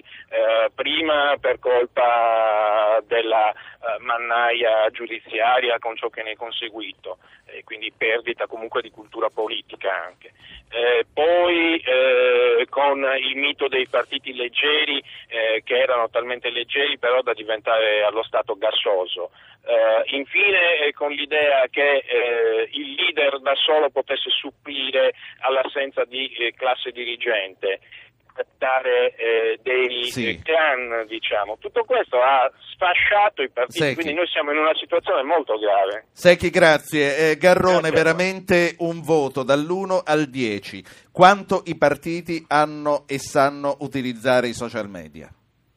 prima per colpa della mannaia giudiziaria con ciò che ne è conseguito, quindi perdita comunque di cultura politica anche. Poi con il mito dei partiti leggeri che erano talmente leggeri però da diventare allo stato gassoso. Infine con l'idea che il leader da solo potesse supplire all'assenza di classe dirigente, dare dei clan, diciamo. Tutto questo ha sfasciato i partiti, quindi noi siamo in una situazione molto grave. Secchi, grazie. Garrone, veramente un voto dall'1 al 10. Quanto i partiti hanno e sanno utilizzare i social media?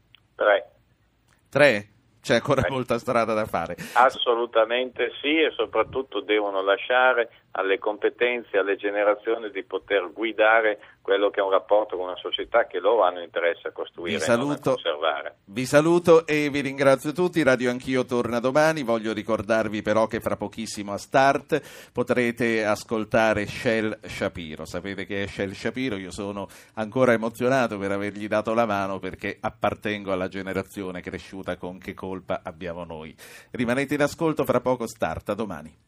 3? C'è ancora molta strada da fare. Assolutamente sì, e soprattutto devono lasciare alle competenze, alle generazioni di poter guidare quello che è un rapporto con una società che loro hanno interesse a costruire e non a conservare. Vi saluto e vi ringrazio tutti. Radio Anch'io torna domani. Voglio ricordarvi però che fra pochissimo a Start potrete ascoltare Shel Shapiro. Sapete che è Shel Shapiro? Io sono ancora emozionato per avergli dato la mano, perché appartengo alla generazione cresciuta con Che colpa abbiamo noi. Rimanete in ascolto, fra poco Start, a domani.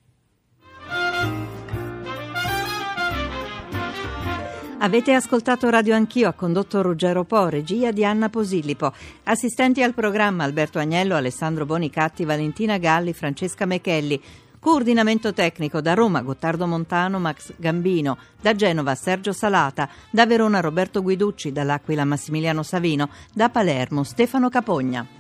Avete ascoltato Radio Anch'io, ha condotto Ruggero Po, regia di Anna Posillipo. Assistenti al programma Alberto Agnello, Alessandro Bonicatti, Valentina Galli, Francesca Mechelli. Coordinamento tecnico da Roma Gottardo Montano, Max Gambino, da Genova Sergio Salata, da Verona Roberto Guiducci, dall'Aquila Massimiliano Savino, da Palermo Stefano Capogna.